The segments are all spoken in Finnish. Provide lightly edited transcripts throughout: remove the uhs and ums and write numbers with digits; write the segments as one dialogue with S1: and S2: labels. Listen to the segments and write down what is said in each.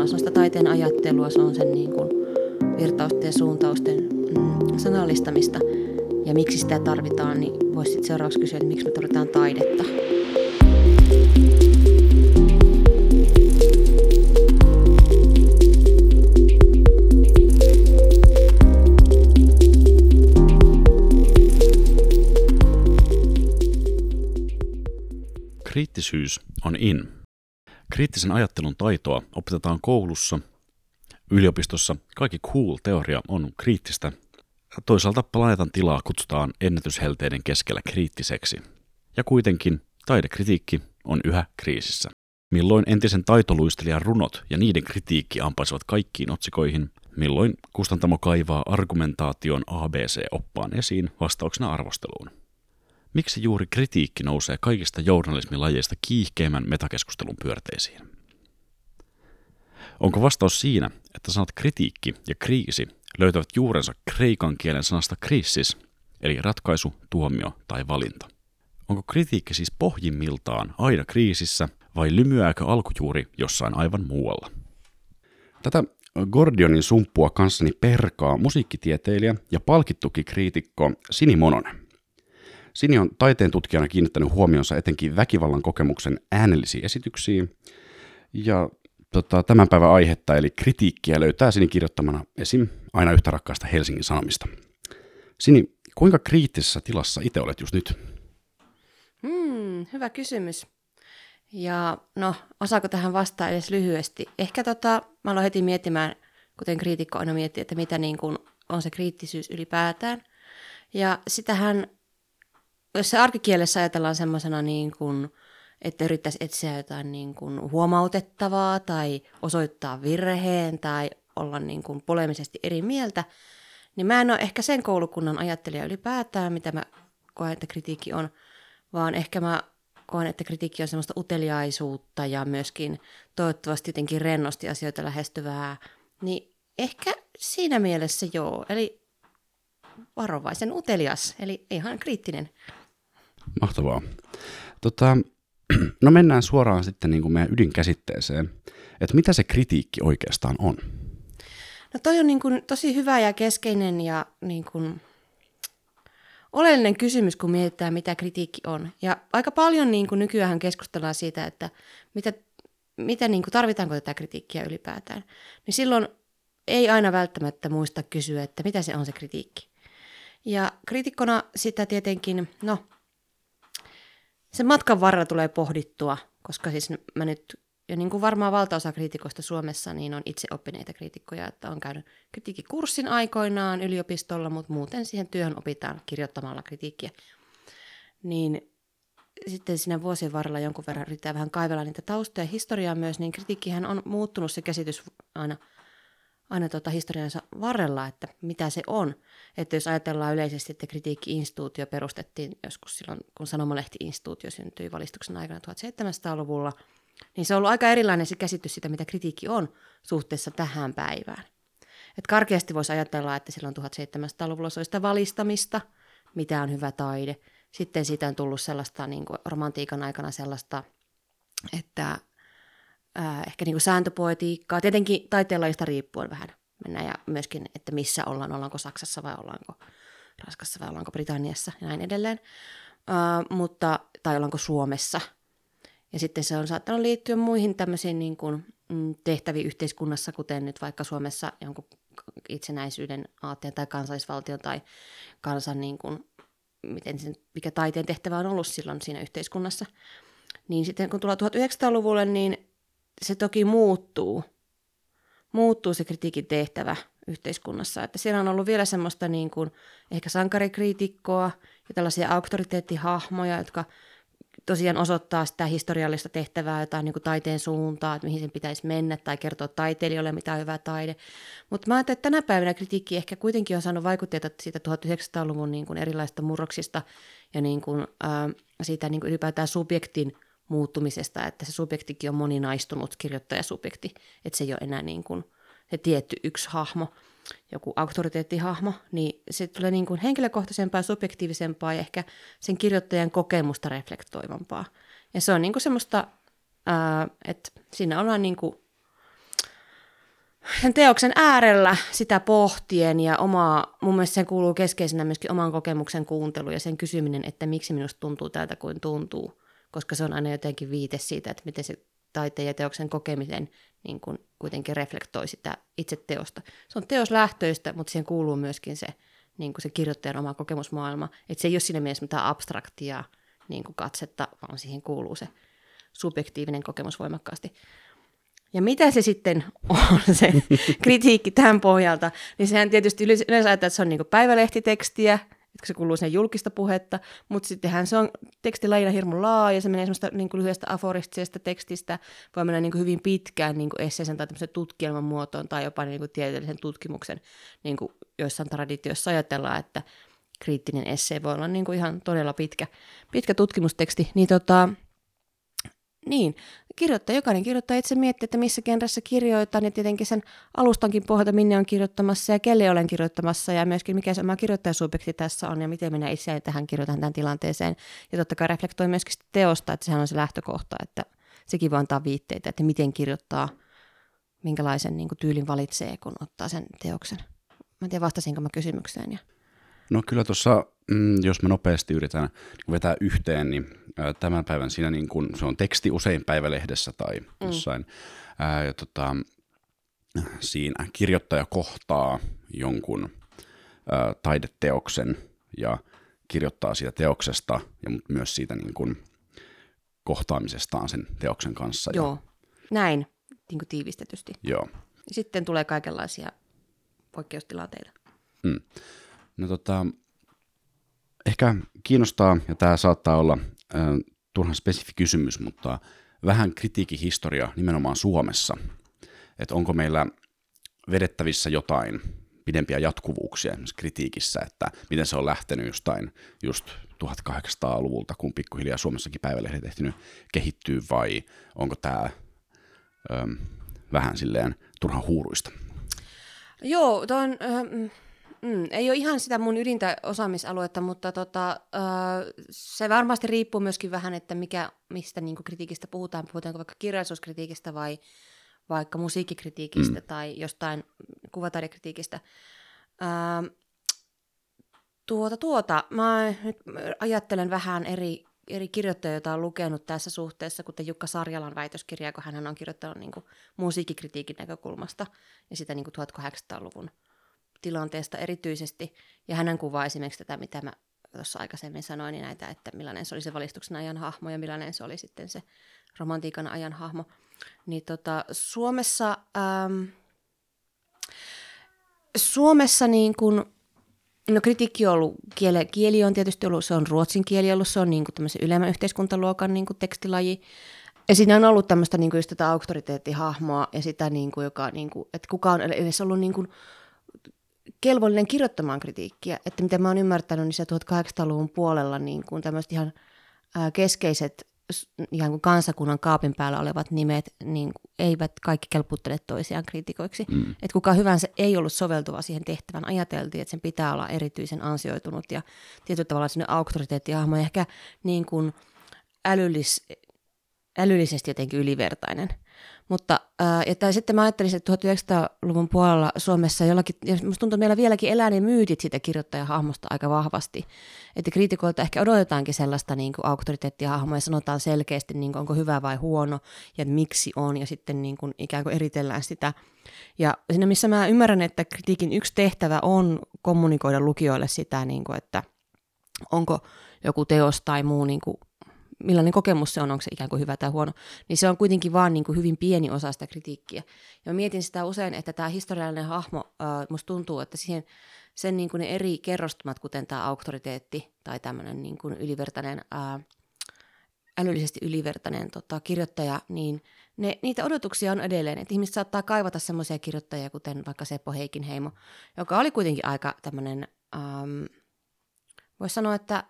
S1: tavallaan sellaista taiteen ajattelua, se on sen niin kuin virtausten ja suuntausten sanallistamista. Ja miksi sitä tarvitaan, niin voisi sitten seuraavaksi kysyä, että miksi me tarvitaan taidetta.
S2: Kriittisyys on in. Kriittisen ajattelun taitoa opetetaan koulussa, yliopistossa kaikki cool-teoria on kriittistä. Toisaalta planeetan tilaa kutsutaan ennätyshelteiden keskellä kriittiseksi. Ja kuitenkin taidekritiikki on yhä kriisissä. Milloin entisen taitoluistelijan runot ja niiden kritiikki ampaisivat kaikkiin otsikoihin, milloin kustantamo kaivaa argumentaation ABC-oppaan esiin vastauksena arvosteluun. Miksi juuri kritiikki nousee kaikista journalismilajeista kiihkeimmän metakeskustelun pyörteisiin? Onko vastaus siinä, että sanat kritiikki ja kriisi löytävät juurensa kreikan kielen sanasta kriisis, eli ratkaisu, tuomio tai valinta? Onko kritiikki siis pohjimmiltaan aina kriisissä vai lymyääkö alkujuuri jossain aivan muualla?
S3: Tätä Gordionin sumppua kanssani perkaa musiikkitieteilijä ja palkittukin kriitikko Sini Mononen. Sini on taiteen tutkijana kiinnittänyt huomionsa etenkin väkivallan kokemuksen äänellisiin esityksiin. Ja tämän päivän aihetta eli kritiikkiä löytää Sini kirjoittamana esim. Aina yhtä rakkaasta Helsingin Sanomista. Sini, kuinka kriittisessä tilassa itse olet just nyt?
S1: Hyvä kysymys. Ja osaako tähän vastaa edes lyhyesti? Ehkä mä aloin heti miettimään, kuten kriitikko aina miettii, että mitä niin kuin on se kriittisyys ylipäätään. Ja sitähän, jos se arkikielessä ajatellaan semmoisena niin kuin, että yrittäisi etsiä jotain niin kuin huomautettavaa tai osoittaa virheen tai olla niin kuin poleemisesti eri mieltä, niin mä en ole ehkä sen koulukunnan ajattelija ylipäätään, mitä mä koen, että kritiikki on, vaan ehkä mä koen, että kritiikki on semmoista uteliaisuutta ja myöskin toivottavasti jotenkin rennosti asioita lähestyvää, niin ehkä siinä mielessä joo, eli varovaisen utelias, eli ihan kriittinen.
S3: Mahtavaa. No mennään suoraan sitten niin kuin meidän ydinkäsitteeseen, että mitä se kritiikki oikeastaan on?
S1: No toi on niin kuin tosi hyvä ja keskeinen ja niin kuin oleellinen kysymys, kun mietitään, mitä kritiikki on. Ja aika paljon niin kuin nykyään keskustellaan siitä, että mitä niin kuin tarvitaanko tätä kritiikkiä ylipäätään. Niin silloin ei aina välttämättä muista kysyä, että mitä se on se kritiikki. Ja kriitikkona sitä tietenkin, sen matkan varrella tulee pohdittua, koska siis mä nyt, ja niin kuin varmaan valtaosa kriitikoista Suomessa, niin on itse oppineita kriitikkoja, että on käynyt kritiikkikurssin aikoinaan yliopistolla, mutta muuten siihen työhön opitaan kirjoittamalla kritiikkiä. Niin sitten siinä vuosien varrella jonkun verran yrittää vähän kaivella niitä taustoja ja historiaa myös, niin kritiikkihän on muuttunut se käsitys aina historiansa varrella, että mitä se on. Että jos ajatellaan yleisesti, että kritiikki-instituutio perustettiin joskus silloin, kun sanomalehti-instituutio syntyi valistuksen aikana 1700-luvulla, niin se on ollut aika erilainen se käsitys sitä, mitä kritiikki on suhteessa tähän päivään. Et karkeasti voisi ajatella, että silloin 1700-luvulla se oli sitä valistamista, mitä on hyvä taide. Sitten siitä on tullut sellaista niin kuin romantiikan aikana sellaista, että ehkä niin kuin sääntöpoetiikkaa, tietenkin taiteenlajista riippuen vähän mennään ja myöskin, että missä ollaan, ollaanko Saksassa vai ollaanko Ranskassa vai ollaanko Britanniassa ja näin edelleen, tai ollaanko Suomessa. Ja sitten se on saattanut liittyä muihin tämmöisiin niin kuin tehtäviin yhteiskunnassa, kuten nyt vaikka Suomessa jonkun itsenäisyyden aatteen tai kansallisvaltion tai kansan, niin kuin, mikä taiteen tehtävä on ollut silloin siinä yhteiskunnassa. Niin sitten kun tullaan 1900-luvulle, niin se toki muuttuu se kritiikin tehtävä yhteiskunnassa. Että siellä on ollut vielä semmoista niin kuin ehkä sankarikriitikkoa ja tällaisia auktoriteettihahmoja, jotka tosiaan osoittaa sitä historiallista tehtävää, jotain niin kuin taiteen suuntaa, että mihin sen pitäisi mennä tai kertoa taiteilijoille, mitä on hyvä taide. Mutta mä ajattelen, että tänä päivänä kritiikki ehkä kuitenkin on saanut vaikutteita siitä 1900-luvun niin kuin erilaisista murroksista ja niin kuin, siitä niin kuin ylipäätään subjektin muuttumisesta, että se subjektikin on moninaistunut kirjoittajasubjekti, että se ei ole enää niin kuin se tietty yksi hahmo, joku auktoriteettihahmo, niin se tulee niin kuin henkilökohtaisempaa ja subjektiivisempaa ja ehkä sen kirjoittajan kokemusta reflektoivampaa. Ja se on niin kuin semmoista, että siinä ollaan niin kuin sen teoksen äärellä sitä pohtien ja mun mielestä sen kuuluu keskeisenä myöskin oman kokemuksen kuuntelu ja sen kysyminen, että miksi minusta tuntuu tältä kuin tuntuu, koska se on aina jotenkin viite siitä, että miten se taiteen ja teoksen kokemisen niin kuin kuitenkin reflektoi sitä itse teosta. Se on teoslähtöistä, mutta siihen kuuluu myöskin se, niin kuin se kirjoittajan oma kokemusmaailma, että se ei ole siinä mielessä mitään abstraktia niin kuin katsetta, vaan siihen kuuluu se subjektiivinen kokemus voimakkaasti. Ja mitä se sitten on, se kritiikki tämän pohjalta, niin sehän tietysti yleensä ajatellaan, että se on niin kuin päivälehtitekstiä, että se kuuluu sinne julkista puhetta, mutta sittenhän se on tekstilajina hirmu laaja, se menee semmoista niin kuin lyhyestä aforistisesta tekstistä, voi mennä niin kuin hyvin pitkään niin kuin esseisen tai tämmöisen tutkielman muotoon tai jopa niin kuin tieteellisen tutkimuksen, niin kuin joissain traditioissa ajatellaan, että kriittinen essee voi olla niin kuin ihan todella pitkä tutkimusteksti, niin, jokainen kirjoittaja itse miettii, että missä genressä kirjoitan ja tietenkin sen alustankin pohjalta, minne on kirjoittamassa ja kelle olen kirjoittamassa ja myöskin mikä se oma kirjoittajasubjekti tässä on ja miten minä itse tähän kirjoitan tämän tilanteeseen. Ja totta kai reflektoi myöskin sitä teosta, että sehän on se lähtökohta, että sekin voi antaa viitteitä, että miten kirjoittaa, minkälaisen niin kuin tyylin valitsee, kun ottaa sen teoksen. Mä en tiedä, vastasinko mä kysymykseen. Ja...
S3: No kyllä tuossa, jos mä nopeasti yritän vetää yhteen, niin tämän päivän siinä niin kun, se on teksti usein päivälehdessä tai jossain, siinä kirjoittaja kohtaa jonkun taideteoksen ja kirjoittaa siitä teoksesta ja myös siitä niin kun, kohtaamisestaan sen teoksen kanssa.
S1: Joo, näin niin kuin tiivistetysti.
S3: Joo.
S1: Sitten tulee kaikenlaisia poikkeustilanteita.
S3: No ehkä kiinnostaa, ja tämä saattaa olla turhan spesifi kysymys, mutta vähän kritiikihistoria nimenomaan Suomessa. Että onko meillä vedettävissä jotain pidempiä jatkuvuuksia esimerkiksi kritiikissä, että miten se on lähtenyt just 1800-luvulta, kun pikkuhiljaa Suomessakin päivälehdet ehtinyt kehittyä, vai onko tämä vähän silleen turhan huuruista?
S1: Joo, ei ole ihan sitä mun ydintä osaamisaluetta, mutta se varmasti riippuu myöskin vähän, että mistä niin kuin kritiikistä puhutaan. Puhutaanko vaikka kirjallisuuskritiikistä vai vaikka musiikkikritiikistä tai jostain kuvataidekritiikistä. Mä nyt ajattelen vähän eri kirjoittajia, joita on lukenut tässä suhteessa, kuten Jukka Sarjalan väitöskirjaa, kun hän on kirjoittanut niin kuin musiikkikritiikin näkökulmasta ja sitä niin kuin 1800-luvun tilanteesta erityisesti. Ja hänen kuvaa esimerkiksi tätä, mitä mä tuossa aikaisemmin sanoin, niin näitä, että millainen se oli se valistuksen ajan hahmo ja millainen se oli sitten se romantiikan ajan hahmo. Niin Suomessa niin kuin, no kritiikki on ollut, kieli on tietysti ollut, se on ruotsin kieli ollut, se on niin kuin tämmöisen ylemmän yhteiskuntaluokan niin kuin tekstilaji. Ja siinä on ollut tämmöistä niin kuin just tätä auktoriteettihahmoa ja sitä, niin kuin, joka, niin kuin, että kuka on edes ollut niin kuin kelvollinen kirjoittamaan kritiikkiä. Että mitä mä oon ymmärtänyt, niin se 1800-luvun puolella niin kuin tämmöiset ihan keskeiset ihan kuin kansakunnan kaapin päällä olevat nimet niin eivät kaikki kelputtele toisiaan kriitikoiksi. Että kuka hyvänsä ei ollut soveltuva siihen tehtävään. Ajateltiin, että sen pitää olla erityisen ansioitunut ja tietyllä tavalla sinne auktoriteettihahmo ehkä niin kuin älyllisesti jotenkin ylivertainen. Mutta sitten mä ajattelisin, että 1900-luvun puolella Suomessa jollakin, ja musta tuntuu, että meillä vieläkin elää ne myytit siitä kirjoittajahahmosta aika vahvasti. Että kriitikoilta ehkä odotetaankin sellaista niin kuin auktoriteettihahmoa ja sanotaan selkeästi, niin kuin, onko hyvä vai huono ja miksi on ja sitten niin kuin, ikään kuin eritellään sitä. Ja siinä missä mä ymmärrän, että kritiikin yksi tehtävä on kommunikoida lukijoille sitä, niin kuin, että onko joku teos tai muu niin kuin, millainen kokemus se on, onko se ikään kuin hyvä tai huono, niin se on kuitenkin vaan niin kuin hyvin pieni osa sitä kritiikkiä. Ja mä mietin sitä usein, että tämä historiallinen hahmo, musta tuntuu, että siihen sen niin kuin ne eri kerrostumat, kuten tämä auktoriteetti tai tämmöinen niin kuin ylivertainen, älyllisesti ylivertainen kirjoittaja, niin niitä odotuksia on edelleen. Että ihmiset saattaa kaivata semmoisia kirjoittajia, kuten vaikka Seppo Heikinheimo, joka oli kuitenkin aika tämmöinen, voisi sanoa, että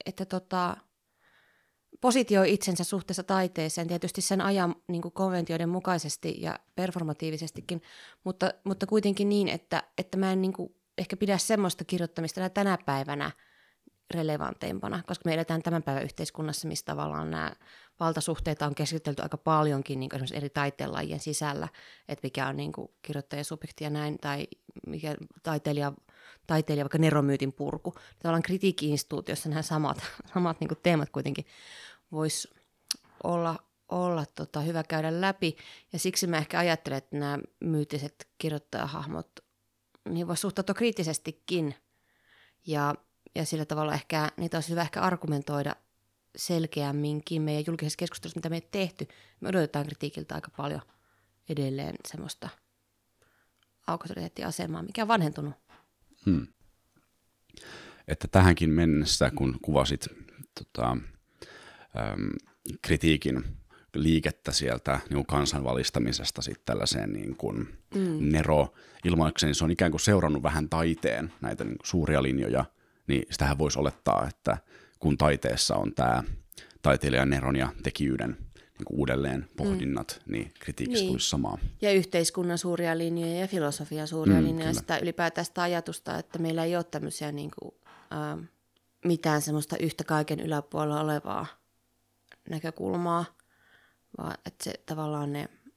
S1: positioi itsensä suhteessa taiteeseen, tietysti sen ajan niin kuin konventioiden mukaisesti ja performatiivisestikin, mutta kuitenkin niin, että mä en niin kuin ehkä pidä semmoista kirjoittamista tänä päivänä relevanteimpana, koska me eletään tämän päivän yhteiskunnassa, missä tavallaan nämä valtasuhteita on käsitelty aika paljonkin niin esimerkiksi eri taiteenlajien sisällä, että mikä on niin kuin kirjoittajasubjekti ja näin, tai mikä taiteilija vaikka neromyytin purku. Tavallaan kritiikki-instituutiossa nämä samat niin kuin teemat kuitenkin voisi olla hyvä käydä läpi, ja siksi mä ehkä ajattelen, että nämä myyttiset kirjoittajahahmot, niin voisi suhtautua kriittisestikin, ja sillä tavalla ehkä niitä olisi hyvä ehkä argumentoida selkeämminkin meidän julkisessa keskustelussa, mitä me ei tehty. Me odotetaan kritiikiltä aika paljon edelleen semmoista auktoriteettiasemaa, mikä on vanhentunut.
S3: Että tähänkin mennessä, kun kuvasit kritiikin liikettä sieltä niin kansanvalistamisesta sitten tällaiseen niin kuin Nero-ilmaukseen, niin se on ikään kuin seurannut vähän taiteen näitä niin kuin suuria linjoja, niin sitähän voisi olettaa, että kun taiteessa on tämä taiteilijan Neron ja tekijyyden niin kuin uudelleen pohdinnat, niin kritiikistä tulisi samaa.
S1: Ja yhteiskunnan suuria linjoja ja filosofian suuria linjoja, sitä ylipäätään sitä ajatusta, että meillä ei ole tämmöisiä niin kuin, mitään semmoista yhtä kaiken yläpuolella olevaa näkökulmaa, vaan että se tavallaan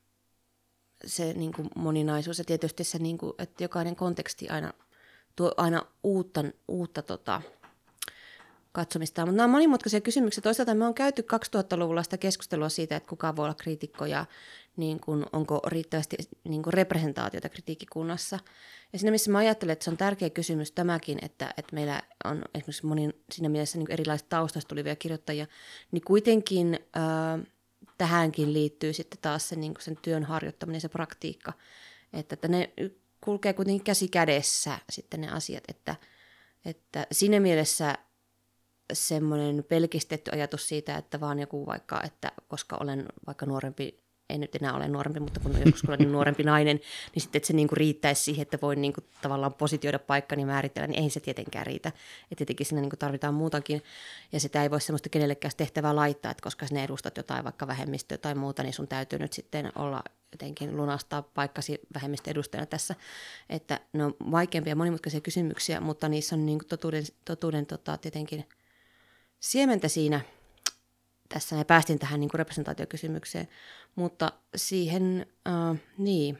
S1: se niin kuin moninaisuus ja tietysti se, niin kuin, että jokainen konteksti aina tuo aina uutta katsomista. Mutta nämä on monimutkaisia kysymyksiä. Toisaalta me on käyty 2000-luvulla sitä keskustelua siitä, että kuka voi olla kriitikko ja niin kuin, onko riittävästi niin kuin representaatiota kritiikkikunnassa. Ja siinä missä mä ajattelen, että se on tärkeä kysymys tämäkin, että meillä on esimerkiksi siinä mielessä niin kuin erilaisista taustasta tulevia kirjoittajia, niin kuitenkin tähänkin liittyy sitten taas se, niin kuin sen työn harjoittaminen ja se praktiikka, että ne kulkee kuitenkin käsi kädessä sitten ne asiat, että siinä mielessä semmoinen pelkistetty ajatus siitä, että vaan joku vaikka, että koska olen vaikka nuorempi, ei nyt enää ole nuorempi, mutta kun joskus olen nuorempi nainen, niin sitten että se niinku riittäisi siihen, että voi niinku tavallaan positioida paikkani määritellä, niin ei se tietenkään riitä. Et tietenkin siinä niinku tarvitaan muutakin, ja sitä ei voi semmoista kenellekään tehtävää laittaa, että koska sinä edustat jotain vaikka vähemmistöä tai muuta, niin sun täytyy nyt sitten olla jotenkin lunastaa paikkasi vähemmistöedustajana tässä, että ne on vaikeampia ja monimutkaisia kysymyksiä, mutta niissä on niinku totuuden tietenkin siementä siinä. Tässä me päästiin tähän niin kuin representaatiokysymykseen, mutta siihen, niin.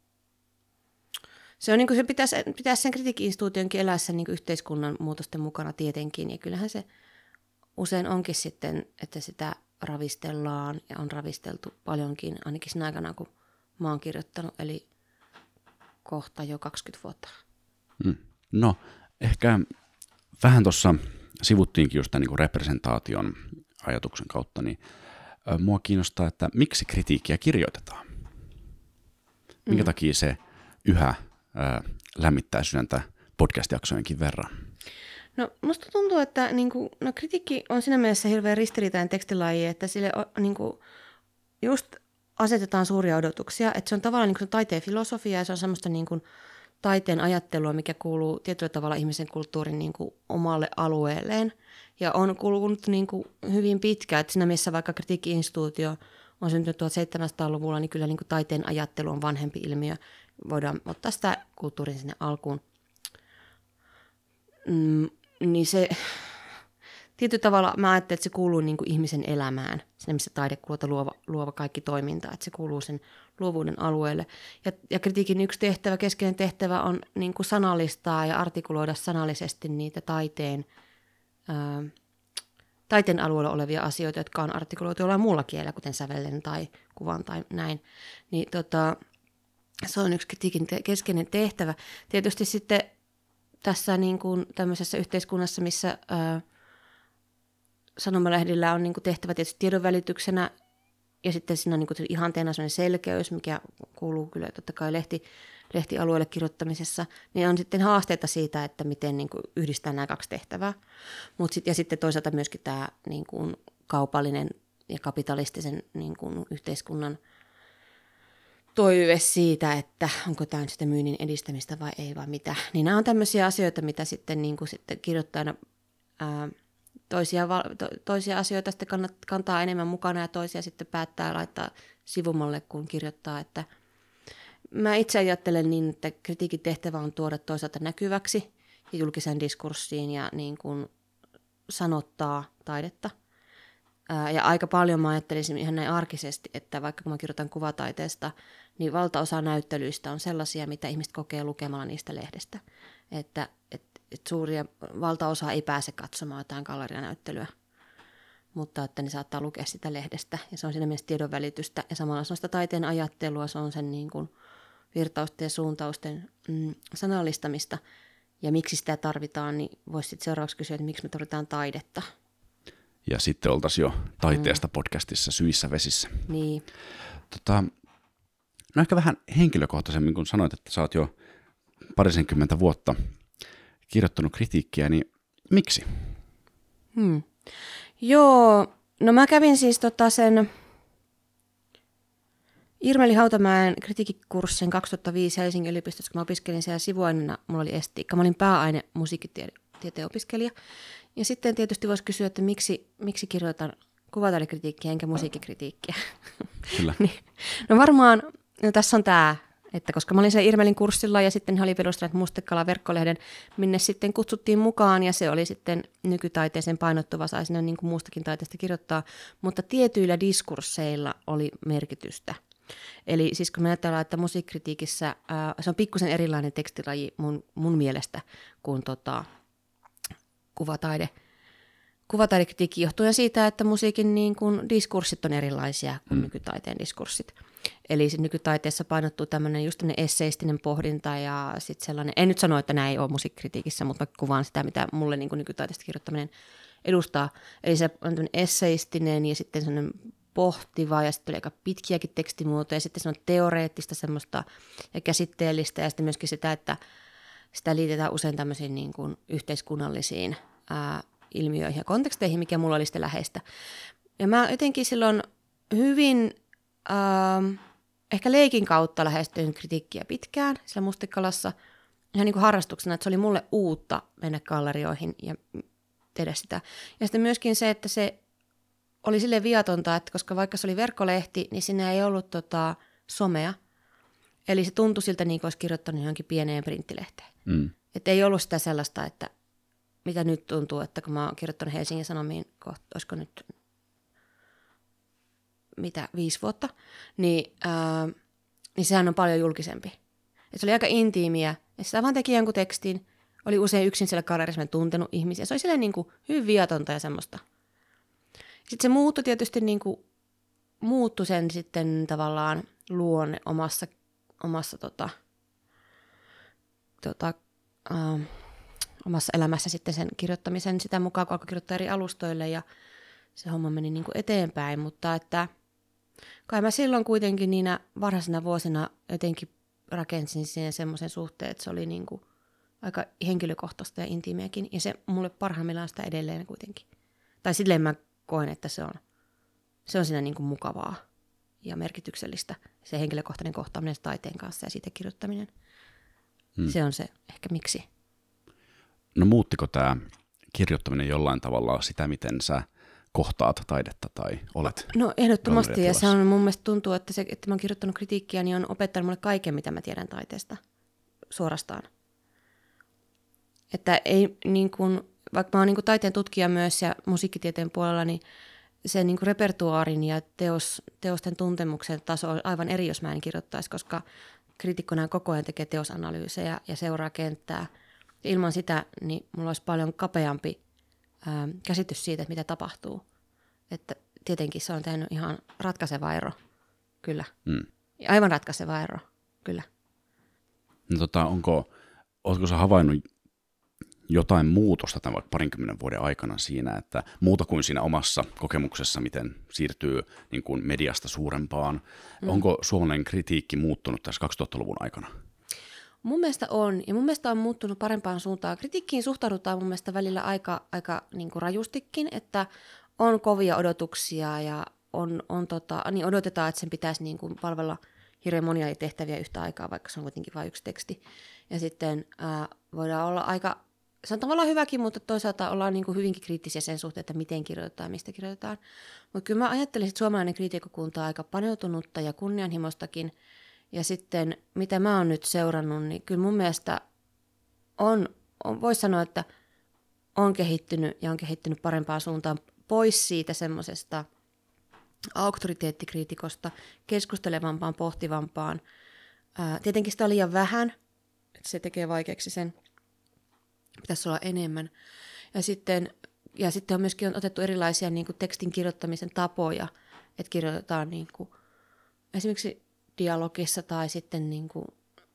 S1: Se on niin kuin se pitäisi sen kritiikki-instituutionkin elää sen niin kuin yhteiskunnan muutosten mukana tietenkin, ja kyllähän se usein onkin sitten, että sitä ravistellaan ja on ravisteltu paljonkin, ainakin siinä aikana, kun mä oon kirjoittanut, eli kohta jo 20 vuotta.
S3: No, ehkä vähän tuossa sivuttiinkin just tämän niin kuin representaation ajatuksen kautta, niin mua kiinnostaa, että miksi kritiikkiä kirjoitetaan? Minkä takia se yhä lämmittää sydäntä podcast-jaksojenkin verran?
S1: No musta tuntuu, että kritiikki on siinä mielessä hirveän ristiriitainen tekstilaji, että sille just asetetaan suuria odotuksia, että se on tavallaan taiteen filosofia ja se on semmoista taiteen ajattelua, mikä kuuluu tietyllä tavalla ihmisen kulttuurin omalle alueelleen. Ja on kulunut hyvin pitkään, että siinä mielessä vaikka kritiikki-instituutio on syntynyt 1700-luvulla, niin kyllä taiteen ajattelu on vanhempi ilmiö. Voidaan ottaa sitä kulttuurin sinne alkuun. Niin se tietyllä tavalla mä ajattelen, että se kuuluu ihmisen elämään, siinä missä taide luova kaikki toiminta, että se kuuluu sen luovuuden alueelle. Ja kritiikin yksi keskeinen tehtävä on sanallistaa ja artikuloida sanallisesti niitä taiteen alueella olevia asioita, jotka on artikuloitu jollain muulla kielellä, kuten sävellen tai kuvan tai näin. Niin se on yksi kritiikin keskeinen tehtävä. Tietysti sitten tässä tämmöisessä yhteiskunnassa, missä sanomalehdillä on tehtävä tietysti tiedonvälityksenä ja sitten siinä on ihanteena sellainen selkeys, mikä kuuluu kyllä totta kai lehtialueelle kirjoittamisessa, niin on sitten haasteita siitä, että miten yhdistää nämä kaksi tehtävää. Ja sitten toisaalta myöskin tämä kaupallinen ja kapitalistisen yhteiskunnan toive siitä, että onko tämä nyt sitten myynnin edistämistä vai ei vai mitä. Niin nämä on tämmöisiä asioita, mitä sitten, sitten kirjoittajana toisia asioita sitten kantaa enemmän mukana ja toisia sitten päättää laittaa sivumalle, kun kirjoittaa. Että mä itse ajattelen niin, että kritiikin tehtävä on tuoda toisaalta näkyväksi ja julkiseen diskurssiin ja sanottaa taidetta. Ja aika paljon mä ajattelisin ihan näin arkisesti, että vaikka kun mä kirjoitan kuvataiteesta, niin valtaosa näyttelyistä on sellaisia, mitä ihmiset kokee lukemalla niistä lehdestä. Että suuria valtaosa ei pääse katsomaan jotain gallerianäyttelyä, mutta että ne saattaa lukea sitä lehdestä. Ja se on siinä mielessä tiedonvälitystä ja samalla se on sitä taiteen ajattelua, se on sen niin kuin virtausten ja suuntausten sanallistamista. Ja miksi sitä tarvitaan, niin voisi sitten seuraavaksi kysyä, että miksi me tarvitaan taidetta.
S3: Ja sitten oltaisiin jo taiteesta podcastissa syvissä vesissä.
S1: Niin.
S3: No ehkä vähän henkilökohtaisemmin, kun sanoit, että sä oot jo parisenkymmentä vuotta kirjoittanut kritiikkiä, niin miksi?
S1: Joo, no mä kävin siis sen Irmeli Hautamäen kritiikkikurssin 2005 Helsingin yliopistossa, kun mä opiskelin siellä sivuaineena, mulla oli estiikka. Mä olin pääaine musiikkitieteen opiskelija. Ja sitten tietysti voisi kysyä, että miksi kirjoitan kuvataitekritiikkiä enkä musiikkikritiikkiä.
S3: Kyllä.
S1: No varmaan, tässä on tämä, että koska mä olin siellä Irmelin kurssilla ja sitten he oli perustaneet Mustekala verkkolehden, minne sitten kutsuttiin mukaan ja se oli sitten nykytaiteeseen painottuva, sai sinne niin kuin muustakin taiteesta kirjoittaa, mutta tietyillä diskursseilla oli merkitystä. Eli siis kun me ajatellaan, että musiikkikritiikissä se on pikkusen erilainen tekstilaji mun mielestä kuin kuvataidekritiikki johtuen siitä, että musiikin niin kuin diskurssit on erilaisia kuin nykytaiteen diskurssit. Eli nykytaiteessa painottuu tämmöinen esseistinen pohdinta ja sitten sellainen, en nyt sano, että näin ei ole musiikkikritiikissä, mutta mä kuvaan sitä, mitä mulle niin kuin nykytaiteesta kirjoittaminen edustaa. Eli se on tämmöinen esseistinen ja sitten sellainen pohtiva ja sitten oli aika pitkiäkin tekstimuotoja ja sitten se on teoreettista semmoista ja käsitteellistä ja sitten myöskin sitä, että sitä liitetään usein tämmöisiin niin kuin yhteiskunnallisiin ilmiöihin ja konteksteihin, mikä mulla oli sitten läheistä. Ja mä jotenkin silloin hyvin ehkä leikin kautta lähestyin kritiikkiä pitkään siellä Mustekalassa ihan niin kuin harrastuksena, että se oli mulle uutta mennä gallerioihin ja tehdä sitä. Ja sitten myöskin se, että se oli silleen viatonta, että koska vaikka se oli verkkolehti, niin siinä ei ollut somea. Eli se tuntui siltä niin kuin olisi kirjoittanut johonkin pieneen printtilehteen. Että ei ollut sitä sellaista, että mitä nyt tuntuu, että kun mä oon kirjoittanut Helsingin Sanomiin, olisiko nyt 5 vuotta, niin sehän on paljon julkisempi. Et se oli aika intiimiä. Ja sitä vaan teki jonkun tekstin. Oli usein yksin siellä gallerissa, tuntenut ihmisiä. Se oli silleen niin kuin hyvin viatonta ja semmoista. Sitten se muuttui tietysti niin kuin, muuttui sen sitten tavallaan luonne omassa omassa elämässä sitten sen kirjoittamisen sitä mukaan, kun alkoi kirjoittaa eri alustoille ja se homma meni niin kuin eteenpäin, mutta että kai mä silloin kuitenkin niinä varhaisina vuosina jotenkin rakensin siihen semmoisen suhteen, että se oli niin kuin aika henkilökohtaista ja intiimiäkin ja se mulle parhaimmillaan sitä edelleen kuitenkin. Tai silleen mä koen, että se on siinä niin kuin mukavaa ja merkityksellistä, se henkilökohtainen kohtaaminen taiteen kanssa ja siitä kirjoittaminen. Se on se ehkä miksi.
S3: No muuttiko tämä kirjoittaminen jollain tavalla sitä, miten sä kohtaat taidetta tai olet?
S1: No ehdottomasti ja se on mun mielestä tuntuu, että se, että mä oon kirjoittanut kritiikkiä, niin on opettanut mulle kaiken, mitä mä tiedän taiteesta suorastaan. Että ei niin kuin, vaikka mä oon niin kuin taiteen tutkija myös ja musiikkitieteen puolella, niin se niin kuin repertuaarin ja teosten tuntemuksen taso on aivan eri, jos mä en kirjoittaisi, koska kriitikkona koko ajan tekee teosanalyysejä ja seuraa kenttää. Ja ilman sitä niin mulla olisi paljon kapeampi käsitys siitä, että mitä tapahtuu. Että tietenkin se on tehnyt ihan ratkaiseva ero, kyllä. Aivan ratkaiseva ero, kyllä.
S3: No ootko sä havainnut jotain muutosta tämän vaikka 20 vuoden aikana siinä, että muuta kuin siinä omassa kokemuksessa, miten siirtyy niin kuin mediasta suurempaan. Onko suomalainen kritiikki muuttunut tässä 2000-luvun aikana?
S1: Mun mielestä on, ja mun mielestä on muuttunut parempaan suuntaan. Kritiikkiin suhtaudutaan mun mielestä välillä aika niin kuin rajustikin, että on kovia odotuksia ja niin odotetaan, että sen pitäisi niin kuin palvella hirveän monia tehtäviä yhtä aikaa, vaikka se on kuitenkin vain yksi teksti. Ja sitten voidaan olla se on tavallaan hyväkin, mutta toisaalta ollaan niin kuin hyvinkin kriittisiä sen suhteen, että miten kirjoitetaan ja mistä kirjoitetaan. Mutta kyllä mä ajattelisin, että suomalainen kriitikkokunta on aika paneutunutta ja kunnianhimoistakin. Ja sitten, mitä mä oon nyt seurannut, niin kyllä mun mielestä voisi sanoa, että on kehittynyt ja on kehittynyt parempaan suuntaan pois siitä semmoisesta auktoriteettikriitikosta keskustelevampaan, pohtivampaan. Tietenkin sitä on liian vähän, että se tekee vaikeaksi sen. Pitäisi olla enemmän. Ja sitten on myöskin otettu erilaisia niin kuin tekstin kirjoittamisen tapoja, että kirjoitetaan niin kuin, esimerkiksi dialogissa tai sitten niin kuin,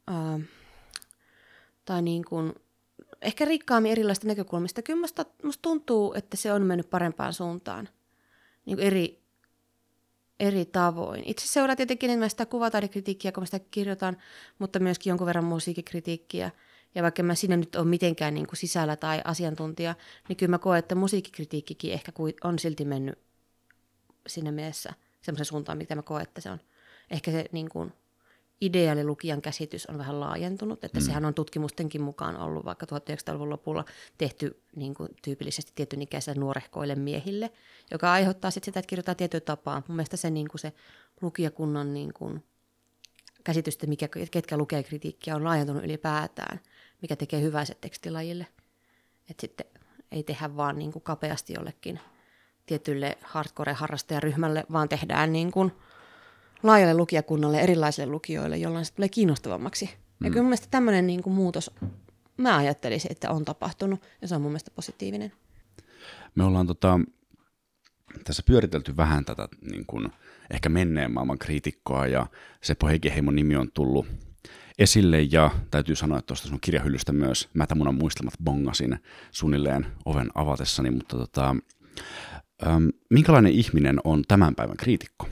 S1: ehkä rikkaammin erilaisista näkökulmista. Kyllä musta tuntuu, että se on mennyt parempaan suuntaan niin kuin eri tavoin. Itse seuraa tietenkin enemmän sitä kuvataidekritiikkiä, kun mä sitä kirjoitan, mutta myöskin jonkun verran musiikkikritiikkiä. Ja vaikka mä siinä nyt ole mitenkään niin kuin sisällä tai asiantuntija, niin kyllä mä koen, että musiikkikritiikkikin ehkä on silti mennyt siinä mielessä semmoisen suuntaan, mitä mä koen, että se on. Ehkä se niin kuin ideaalilukijan käsitys on vähän laajentunut, että sehän on tutkimustenkin mukaan ollut vaikka 1900-luvun lopulla tehty niin kuin tyypillisesti tietyn ikäisille nuorehkoille miehille, joka aiheuttaa sitten sitä, että kirjoitetaan tietyllä tapaa. Mun mielestä se, niin kuin se lukijakunnan niin kuin käsitystä, ketkä lukee kritiikkiä, on laajentunut ylipäätään, mikä tekee hyvää se tekstilajille. Että sitten ei tehdä vaan niin kuin kapeasti jollekin tietylle hardcore-harrastajaryhmälle, vaan tehdään niin kuin laajalle lukijakunnalle, erilaisille lukijoille, jolloin se tulee kiinnostavammaksi. Ja kyllä mun mielestä tämmöinen niin kuin muutos, mä ajattelisin, että on tapahtunut, ja se on mun mielestä positiivinen.
S3: Me ollaan tässä pyöritelty vähän tätä niin kuin ehkä menneen maailman kriitikkoa, ja Seppo Heikinheimon nimi on tullut esille, ja täytyy sanoa, että tuosta sun kirjahyllystä myös Mätämunan muistelmat bongasin suunnilleen oven avatessani, mutta minkälainen ihminen on tämän päivän kriitikko?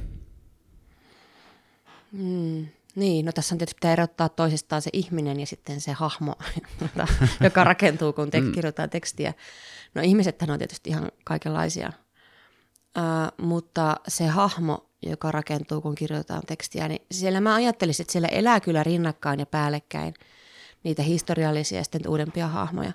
S1: Niin, no tässä on tietysti pitää erottaa toisistaan se ihminen ja sitten se hahmo, joka rakentuu, kun kirjoitetaan tekstiä. No ihmisethän on tietysti ihan kaikenlaisia, mutta se hahmo, joka rakentuu, kun kirjoitetaan tekstiä, niin siellä mä ajattelisin, että siellä elää kyllä rinnakkain ja päällekkäin niitä historiallisia ja sitten uudempia hahmoja.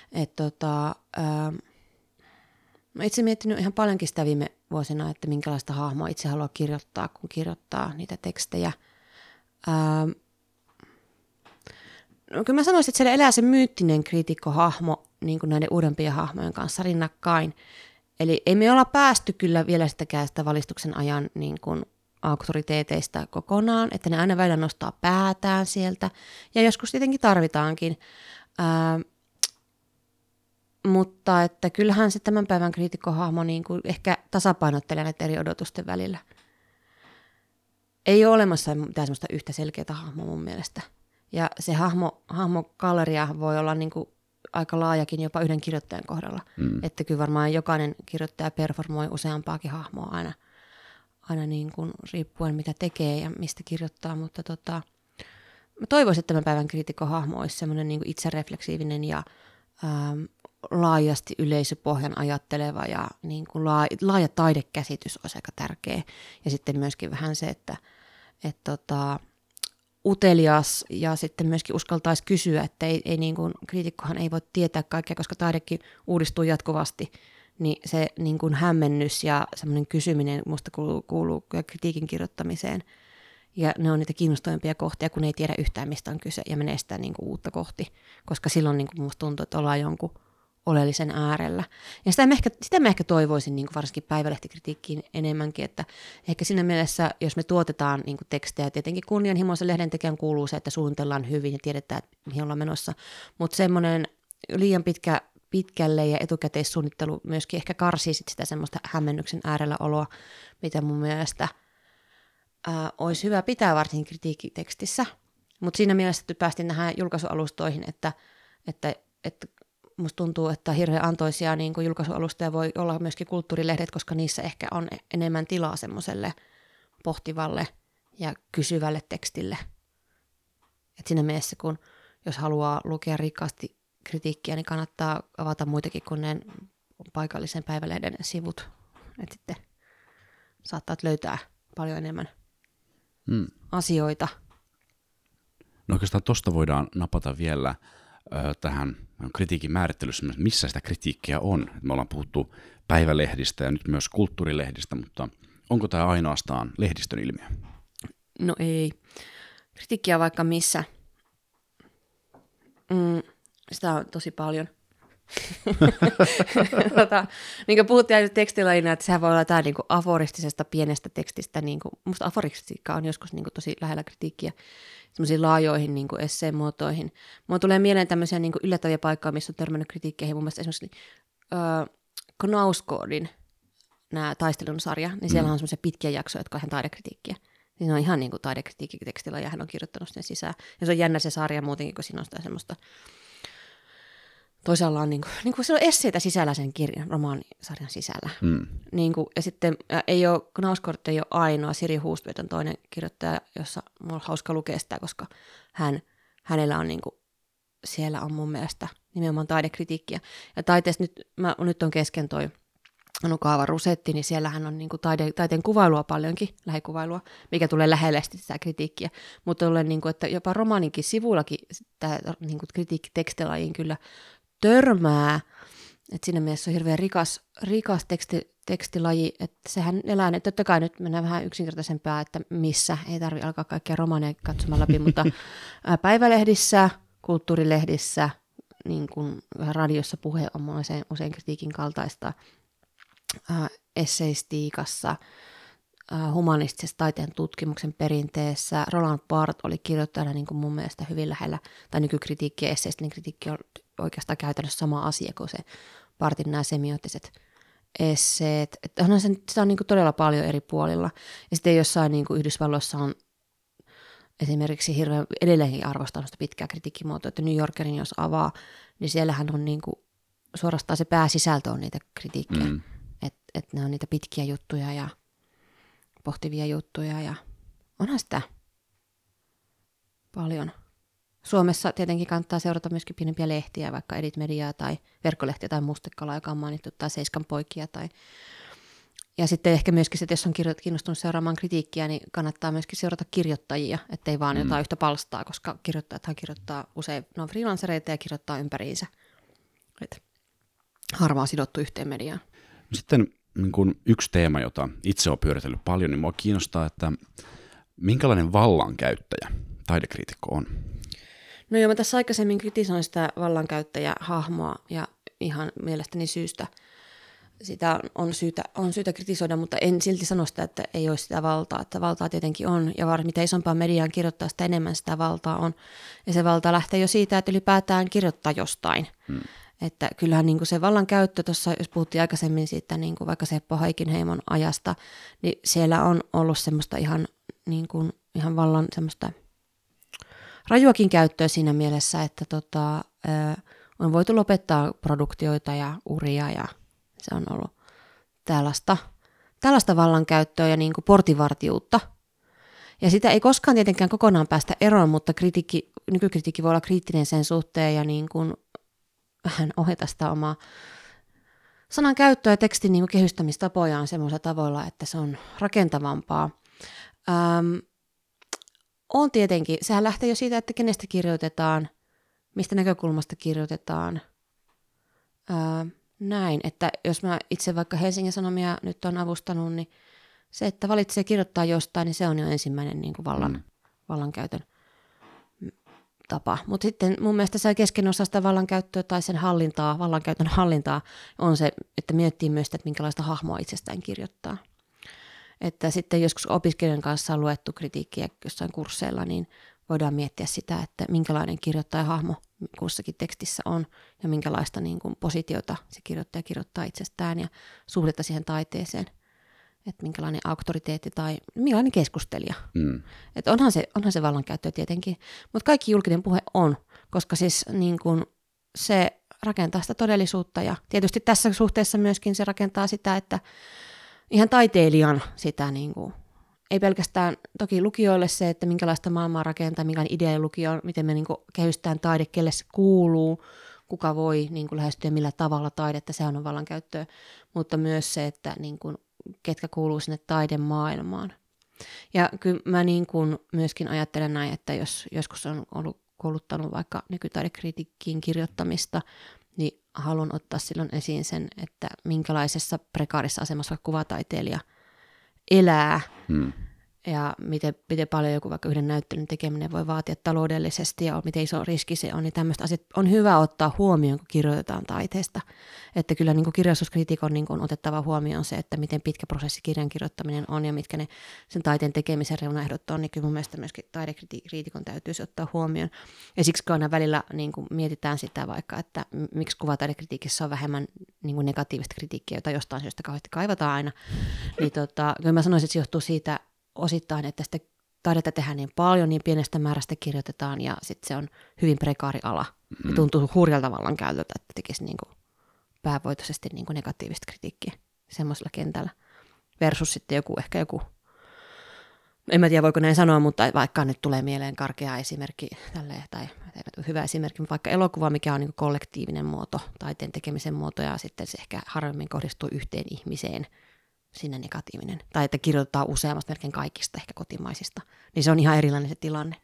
S1: Mä itse miettinyt ihan paljonkin sitä viime vuosina, että minkälaista hahmoa itse haluaa kirjoittaa, kun kirjoittaa niitä tekstejä. No kyllä mä sanoisin, että siellä elää se myyttinen kriitikkohahmo niin kuin näiden uudempien hahmojen kanssa rinnakkain. Eli ei me olla päästy kyllä vielä sitä valistuksen ajan niin kuin auktoriteeteista kokonaan, että ne aina välillä nostaa päätään sieltä, ja joskus tietenkin tarvitaankin. Mutta että kyllähän se tämän päivän kriitikkohahmo niin kuin ehkä tasapainottelee näitä eri odotusten välillä. Ei ole olemassa mitään sellaista yhtä selkeää hahmoa mun mielestä. Ja se hahmogalleria voi olla niin kuin aika laajakin jopa yhden kirjoittajan kohdalla. Että kyllä varmaan jokainen kirjoittaja performoi useampaakin hahmoa aina niin kuin riippuen mitä tekee ja mistä kirjoittaa. Mutta mä toivoisin, että tämän päivän kriitikkohahmo olisi semmoinen niin kuin itserefleksiivinen ja laajasti yleisöpohjan ajatteleva ja niin kuin laaja taidekäsitys olisi aika tärkeä. Ja sitten myöskin vähän se, että utelias ja sitten myöskin uskaltaisi kysyä, että ei niin kuin, kriitikkohan ei voi tietää kaikkea, koska taidekin uudistuu jatkuvasti, niin se niin kuin hämmennys ja semmoinen kysyminen musta kuuluu kritiikin kirjoittamiseen. Ja ne on niitä kiinnostavimpia kohtia, kun ei tiedä yhtään mistä on kyse ja menee sitä niin kuin uutta kohti, koska silloin niin kuin musta tuntuu, että ollaan jonkun oleellisen äärellä. Ja sitä mä ehkä toivoisin niin kuin varsinkin päivälehtikritiikkiin enemmänkin, että ehkä siinä mielessä, jos me tuotetaan niin kuin tekstejä, tietenkin kunnianhimoisen lehdentekijän kuuluu se, että suunnitellaan hyvin ja tiedetään, mihin ollaan menossa, mutta semmoinen liian pitkälle ja etukäteissuunnittelu myöskin ehkä karsii sitä semmoista hämmennyksen äärellä oloa, mitä mun mielestä olisi hyvä pitää varsinkin kritiikkitekstissä. Mutta siinä mielessä, että päästiin näihin julkaisualustoihin, että musta tuntuu, että hirveän antoisia niin kuin julkaisualustoja voi olla myöskin kulttuurilehdet, koska niissä ehkä on enemmän tilaa semmoiselle pohtivalle ja kysyvälle tekstille. Et siinä mielessä, kun jos haluaa lukea rikkaasti kritiikkiä, niin kannattaa avata muitakin kuin ne paikallisen päivälehden sivut. Että sitten saattaat löytää paljon enemmän asioita.
S3: No oikeastaan tuosta voidaan napata vielä tähän kritiikin määrittelyssä, missä sitä kritiikkiä on. Me ollaan puhuttu päivälehdistä ja nyt myös kulttuurilehdistä, mutta onko tämä ainoastaan lehdistön ilmiö?
S1: No ei. Kritiikkiä vaikka missä. Sitä on tosi paljon. Niin kuin puhuttiin tekstilajina, että sehän voi olla jotain niin kuin aforistisesta pienestä tekstistä. Niin kuin, musta aforistiikka on joskus niin kuin tosi lähellä kritiikkiä semmoisiin laajoihin niin kuin esseen muotoihin. Mulla tulee mieleen tämmöisiä niin kuin yllättäviä paikkoja, missä on törmännyt kritiikkeihin. Mun mielestä esimerkiksi Knauskoodin nämä taistelun sarja, niin siellä on semmoisia pitkiä jaksoja, jotka on ihan taidekritiikkiä. Siinä on ihan niin kuin taidekritiikki tekstillä ja hän on kirjoittanut sen sisään. Ja se on jännä se sarja muutenkin, kun siinä on sitä semmoista. Toisaalla on niin kuin siellä on esseitä sisällä sen romaanisarjan sisällä. Niin kuin, ja sitten Knausgård ei ole ainoa, Siri Hustvedt on toinen kirjoittaja, jossa mulla on hauska lukea sitä, koska hänellä on niin kuin, siellä on mun mielestä nimenomaan taidekritiikkiä. Ja taiteessa nyt on kesken toi Kaava Rusetti, niin siellähän on niin kuin taiteen kuvailua paljonkin, lähikuvailua, mikä tulee lähelle sitä kritiikkiä. Mutta olen niin kuin, että jopa romaaninkin sivullakin tämä niin kuin kritiikki tekstilajiin kyllä törmää, että siinä mielessä on hirveän rikas tekstilaji, että sehän elää, että totta kai nyt mennään vähän yksinkertaisempaa, että missä, ei tarvitse alkaa kaikkia romaaneja katsomaan läpi, mutta päivälehdissä, kulttuurilehdissä, niin kuin radiossa puhe on usein kritiikin kaltaista, esseistiikassa, humanistisessa taiteen tutkimuksen perinteessä. Roland Barthes oli kirjoittajana niin kuin mun mielestä hyvin lähellä, tai nykykritiikki ja esseistinen kritiikki on oikeastaan käytännössä sama asia kuin se Barthin nämä semioottiset esseet. Että onhan sitä on niin kuin todella paljon eri puolilla. Ja sitten jossain niin kuin Yhdysvalloissa on esimerkiksi hirveän edelleenkin arvostanut sitä pitkää kritiikkimuotoa, että New Yorkerin jos avaa, niin siellähän on niin kuin, suorastaan se pääsisältö on niitä kritiikkejä. Että ne on niitä pitkiä juttuja ja pohtivia juttuja ja onhan sitä paljon. Suomessa tietenkin kannattaa seurata myöskin pienempiä lehtiä, vaikka Edit Mediaa tai verkkolehtiä tai Mustekala, joka on mainittu, tai Seiskan poikia. Ja sitten ehkä myöskin se, että jos on kiinnostunut seuraamaan kritiikkiä, niin kannattaa myöskin seurata kirjoittajia, ettei vaan jotain yhtä palstaa, koska kirjoittajathan kirjoittaa usein, ne on freelancereita ja kirjoittaa ympäriinsä. Harvaa sidottu yhteen mediaan.
S3: Sitten niin kun yksi teema, jota itse olen pyöritellyt paljon, niin minua kiinnostaa, että minkälainen vallankäyttäjä taidekriitikko on?
S1: No joo, mä tässä aikaisemmin kritisoin sitä vallankäyttäjähahmoa ja ihan mielestäni syystä sitä on syytä kritisoida, mutta en silti sano sitä, että ei ole sitä valtaa, että valtaa tietenkin on ja mitä isompaa mediaan kirjoittaa, sitä enemmän sitä valtaa on. Ja se valta lähtee jo siitä, että ylipäätään kirjoittaa jostain. Että kyllähän niin kuin se vallankäyttö tuossa, jos puhuttiin aikaisemmin siitä niin kuin vaikka Seppo Heikinheimon ajasta, niin siellä on ollut semmoista ihan vallan semmoista rajuakin käyttöä siinä mielessä, että on voitu lopettaa produktioita ja uria ja se on ollut tällaista vallankäyttöä ja niin kuin portinvartijuutta. Ja sitä ei koskaan tietenkään kokonaan päästä eroon, mutta nykykritiikki voi olla kriittinen sen suhteen ja niin kuin vähän ohjata sitä omaa sanan käyttöä ja tekstin niin kuin kehystämistapojaan semmoisella tavoilla, että se on rakentavampaa. On tietenkin, sehän lähtee jo siitä, että kenestä kirjoitetaan, mistä näkökulmasta kirjoitetaan. Näin, että jos mä itse vaikka Helsingin Sanomia nyt on avustanut, niin se, että valitsee kirjoittaa jostain, niin se on jo ensimmäinen niin kuin vallankäytön tapa. Mutta sitten mun mielestä se keskeinen osa sitä vallankäyttöä tai sen vallankäytön hallintaa on se, että miettii myös sitä, että minkälaista hahmoa itsestään kirjoittaa. Että sitten joskus opiskelijan kanssa on luettu kritiikkiä jossain kursseilla, niin voidaan miettiä sitä, että minkälainen kirjoittajahahmo kussakin tekstissä on ja minkälaista niin kuin positiota se kirjoittaja kirjoittaa itsestään ja suhdetta siihen taiteeseen. Että minkälainen auktoriteetti tai minkälainen keskustelija. Että onhan se vallankäyttö tietenkin, mutta kaikki julkinen puhe on, koska siis niin kuin se rakentaa sitä todellisuutta ja tietysti tässä suhteessa myöskin se rakentaa sitä, että ihan taiteilijan sitä niin kuin, ei pelkästään toki lukijoille se, että minkälaista maailmaa rakentaa, minkälainen idea lukio on, miten me niin kuin kehystään taide, kelle se kuuluu, kuka voi niin kuin lähestyä millä tavalla taidetta, sehän on vallankäyttöä, mutta myös se, että niin kuin, ketkä kuuluu sinne taidemaailmaan. Ja kyllä mä niin kuin myöskin ajattelen näin, että jos joskus on ollut kouluttanut vaikka nykytaidekritiikkiin kirjoittamista, niin haluan ottaa silloin esiin sen, että minkälaisessa prekaarissa asemassa kuvataiteilija elää. ja miten paljon joku vaikka yhden näyttelyn tekeminen voi vaatia taloudellisesti ja miten iso riski se on, niin tämmöistä asiat on hyvä ottaa huomioon, kun kirjoitetaan taiteesta. Että kyllä niin kuin kirjallisuuskriitikon niin kuin on otettava huomioon se, että miten pitkä prosessi kirjan kirjoittaminen on ja mitkä ne sen taiteen tekemisen reunaehdot on, niin kyllä mun mielestä myöskin taidekriitikon täytyisi ottaa huomioon. Ja siksi aina välillä niin kuin mietitään sitä vaikka, että miksi kuvataidekritiikissä on vähemmän niin kuin negatiivista kritiikkiä, jota jostain syystä kauheasti kaivataan aina, niin kyllä mä sanoisin, että se johtuu siitä osittain, että sitä taidetta tehdään niin paljon, niin pienestä määrästä kirjoitetaan ja sitten se on hyvin prekaari ala. Ja tuntuu hurjalta vallankäytöltä, että tekisi niin kuin päävoitoisesti niin kuin negatiivista kritiikkiä semmoisella kentällä. Versus sitten ehkä joku, en mä tiedä voiko näin sanoa, mutta vaikka nyt tulee mieleen karkea esimerkki tälleen, tai hyvä esimerkki, mutta vaikka elokuva, mikä on niin kuin kollektiivinen muoto, taiteen tekemisen muoto, ja sitten se ehkä harvemmin kohdistuu yhteen ihmiseen, sinne negatiivinen. Tai että kirjoitetaan useammasta melkein kaikista ehkä kotimaisista. Niin se on ihan erilainen se tilanne.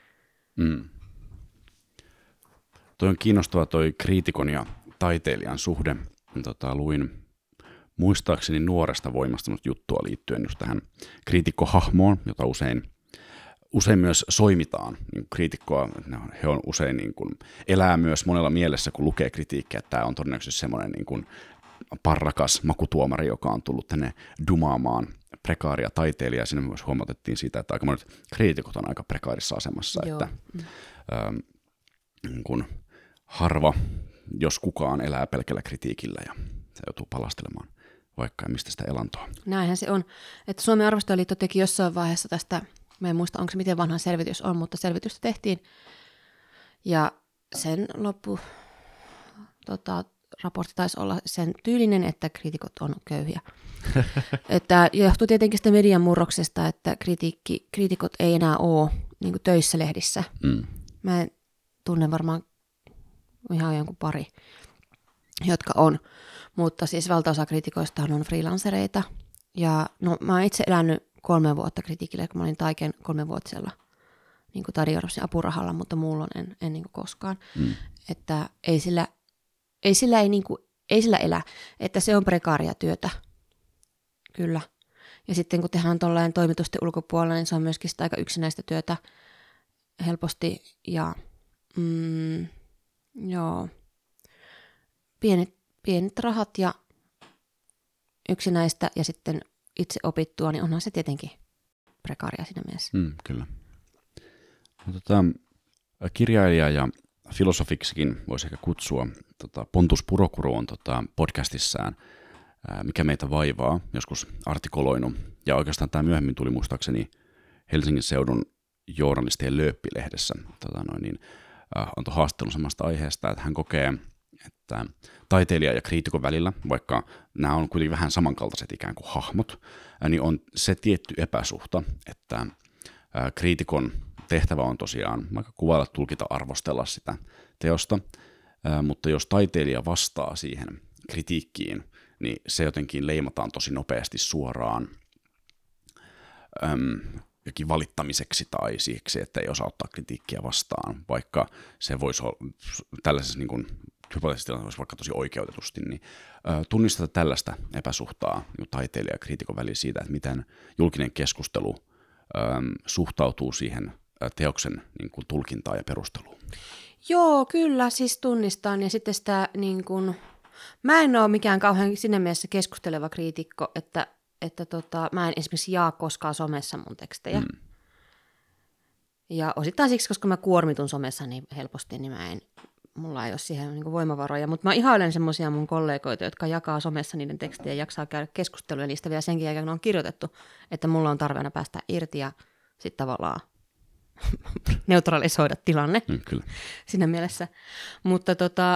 S3: Toi on kiinnostava toi kriitikon ja taiteilijan suhde. Luin muistaakseni Nuoresta voimastunut juttua liittyen just tähän kriitikkohahmoon, jota usein myös soimitaan. Niin kriitikkoa, he on usein niin kuin, elää myös monella mielessä, kun lukee kritiikkiä. Tämä on todennäköisesti semmoinen niin kuin parrakas makutuomari, joka on tullut tänne dumaamaan prekaaria taiteilijaa. Siinä myös huomautettiin siitä, että aika monet kriitikot on aika prekaarissa asemassa, että niin kun harva, jos kukaan elää pelkällä kritiikillä ja se joutuu palastelemaan vaikka mistä sitä elantoa.
S1: Näinhän se on, että Suomen arvostajaliitto teki jossain vaiheessa tästä, mä en muista onko se miten vanha selvitys on, mutta selvitystä tehtiin ja sen raportti taisi olla sen tyylinen, että kriitikot on köyhiä. Että johtuu tietenkin sitä median murroksesta, että kriitikot ei enää ole niin kuin töissä lehdissä. Mä en tunne varmaan ihan jonkun pari, jotka on. Mutta siis valtaosa kriitikoistahan on freelancereita. Ja no, mä oon itse elänyt 3 vuotta kritiikillä, kun mä olin Taiken 3-vuotisella niin kuin tarjouduksen apurahalla, mutta mulla en niin kuin koskaan. Että ei sillä elä, että se on prekaaria työtä, kyllä. Ja sitten kun tehdään tuollainen toimitusten ulkopuolella, niin se on myöskin sitä aika yksinäistä työtä helposti. Ja pienet rahat ja yksinäistä ja sitten itse opittua, niin onhan se tietenkin prekaaria siinä mielessä.
S3: Kyllä. Kirjailija ja filosofiksikin voisi ehkä kutsua. Pontus Purokuru on podcastissaan Mikä meitä vaivaa, joskus artikuloinut. Ja oikeastaan tämä myöhemmin tuli muistaakseni Helsingin seudun journalistien Lööppi-lehdessä. Antoi haastattelun samasta aiheesta, että hän kokee, että taiteilija ja kriitikon välillä, vaikka nämä on kuitenkin vähän samankaltaiset ikään kuin hahmot, niin on se tietty epäsuhta, että kriitikon tehtävä on tosiaan vaikka kuvailla, tulkita, arvostella sitä teosta, mutta jos taiteilija vastaa siihen kritiikkiin, niin se jotenkin leimataan tosi nopeasti suoraan jokin valittamiseksi tai siksi, että ei osaa ottaa kritiikkiä vastaan, vaikka se voisi olla tällaisessa niin kuin hypoteettisessa tilanteessa vaikka tosi oikeutetusti, niin tunnistaa tällaista epäsuhtaa niin taiteilijan ja kriitikon välillä siitä, että miten julkinen keskustelu suhtautuu siihen teoksen niin kuin tulkintaan ja perusteluun.
S1: Joo, kyllä, siis tunnistan. Ja sitten sitä, niin kuin, mä en ole mikään kauhean siinä mielessä keskusteleva kriitikko, että mä en esimerkiksi jaa koskaan somessa mun tekstejä. Ja osittain siksi, koska mä kuormitun somessa niin helposti, niin mulla ei ole siihen niin kuin voimavaroja. Mutta mä ihailen semmoisia mun kollegoita, jotka jakaa somessa niiden tekstejä ja jaksaa käydä keskustelua niistä vielä senkin jälkeen, kun ne on kirjoitettu, että mulla on tarve aina päästä irti ja sitten tavallaan neutralisoida tilanne
S3: Kyllä.
S1: siinä mielessä. Mutta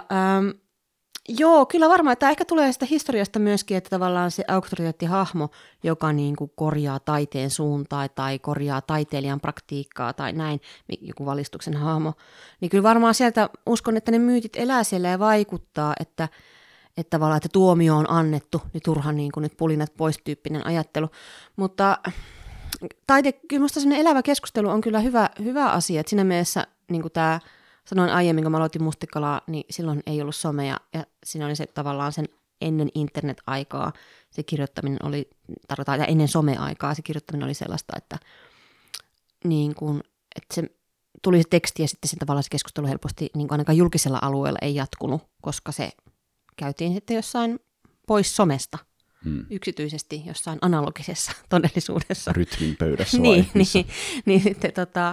S1: joo, kyllä varmaan, että ehkä tulee sitä historiasta myöskin, että tavallaan se auktoriteettihahmo, joka niin kuin korjaa taiteen suuntaa tai korjaa taiteilijan praktiikkaa tai näin, joku valistuksen hahmo, niin kyllä varmaan sieltä uskon, että ne myytit elää siellä ja vaikuttaa, että tavallaan, että tuomio on annettu, niin turha niin kuin nyt pulinat pois -tyyppinen ajattelu. Mutta kyllä minusta sellainen elävä keskustelu on kyllä hyvä asia, että siinä mielessä niin kuin sanoin aiemmin, kun mä aloitin Mustikkalaa, niin silloin ei ollut somea ja siinä oli se tavallaan sen ennen internet-aikaa se kirjoittaminen oli, tai ennen some-aikaa se kirjoittaminen oli sellaista, että, niin kuin, että se tuli se teksti ja sitten sen tavallaan se keskustelu helposti niin kuin ainakaan julkisella alueella ei jatkunut, koska se käytiin sitten jossain pois somesta. Yksityisesti jossain analogisessa todellisuudessa.
S3: Rytmin pöydässä
S1: niin sitten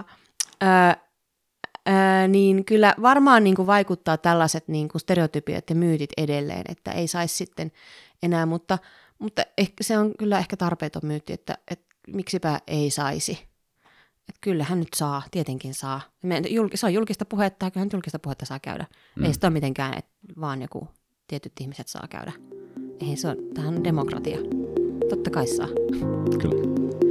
S1: niin kyllä varmaan niin kuin vaikuttaa tällaiset niin kuin stereotypiat ja myytit edelleen, että ei saisi sitten enää, mutta se on kyllä ehkä tarpeeton myytti, että miksipä ei saisi. Että kyllähän nyt saa, tietenkin saa. Se on julkista puhetta ja kyllähän julkista puhetta saa käydä. Ei sitä ole mitenkään, että vaan joku tietyt ihmiset saa käydä. Ei se ole, tämähän on demokratia. Totta kai saa.
S3: Kyllä.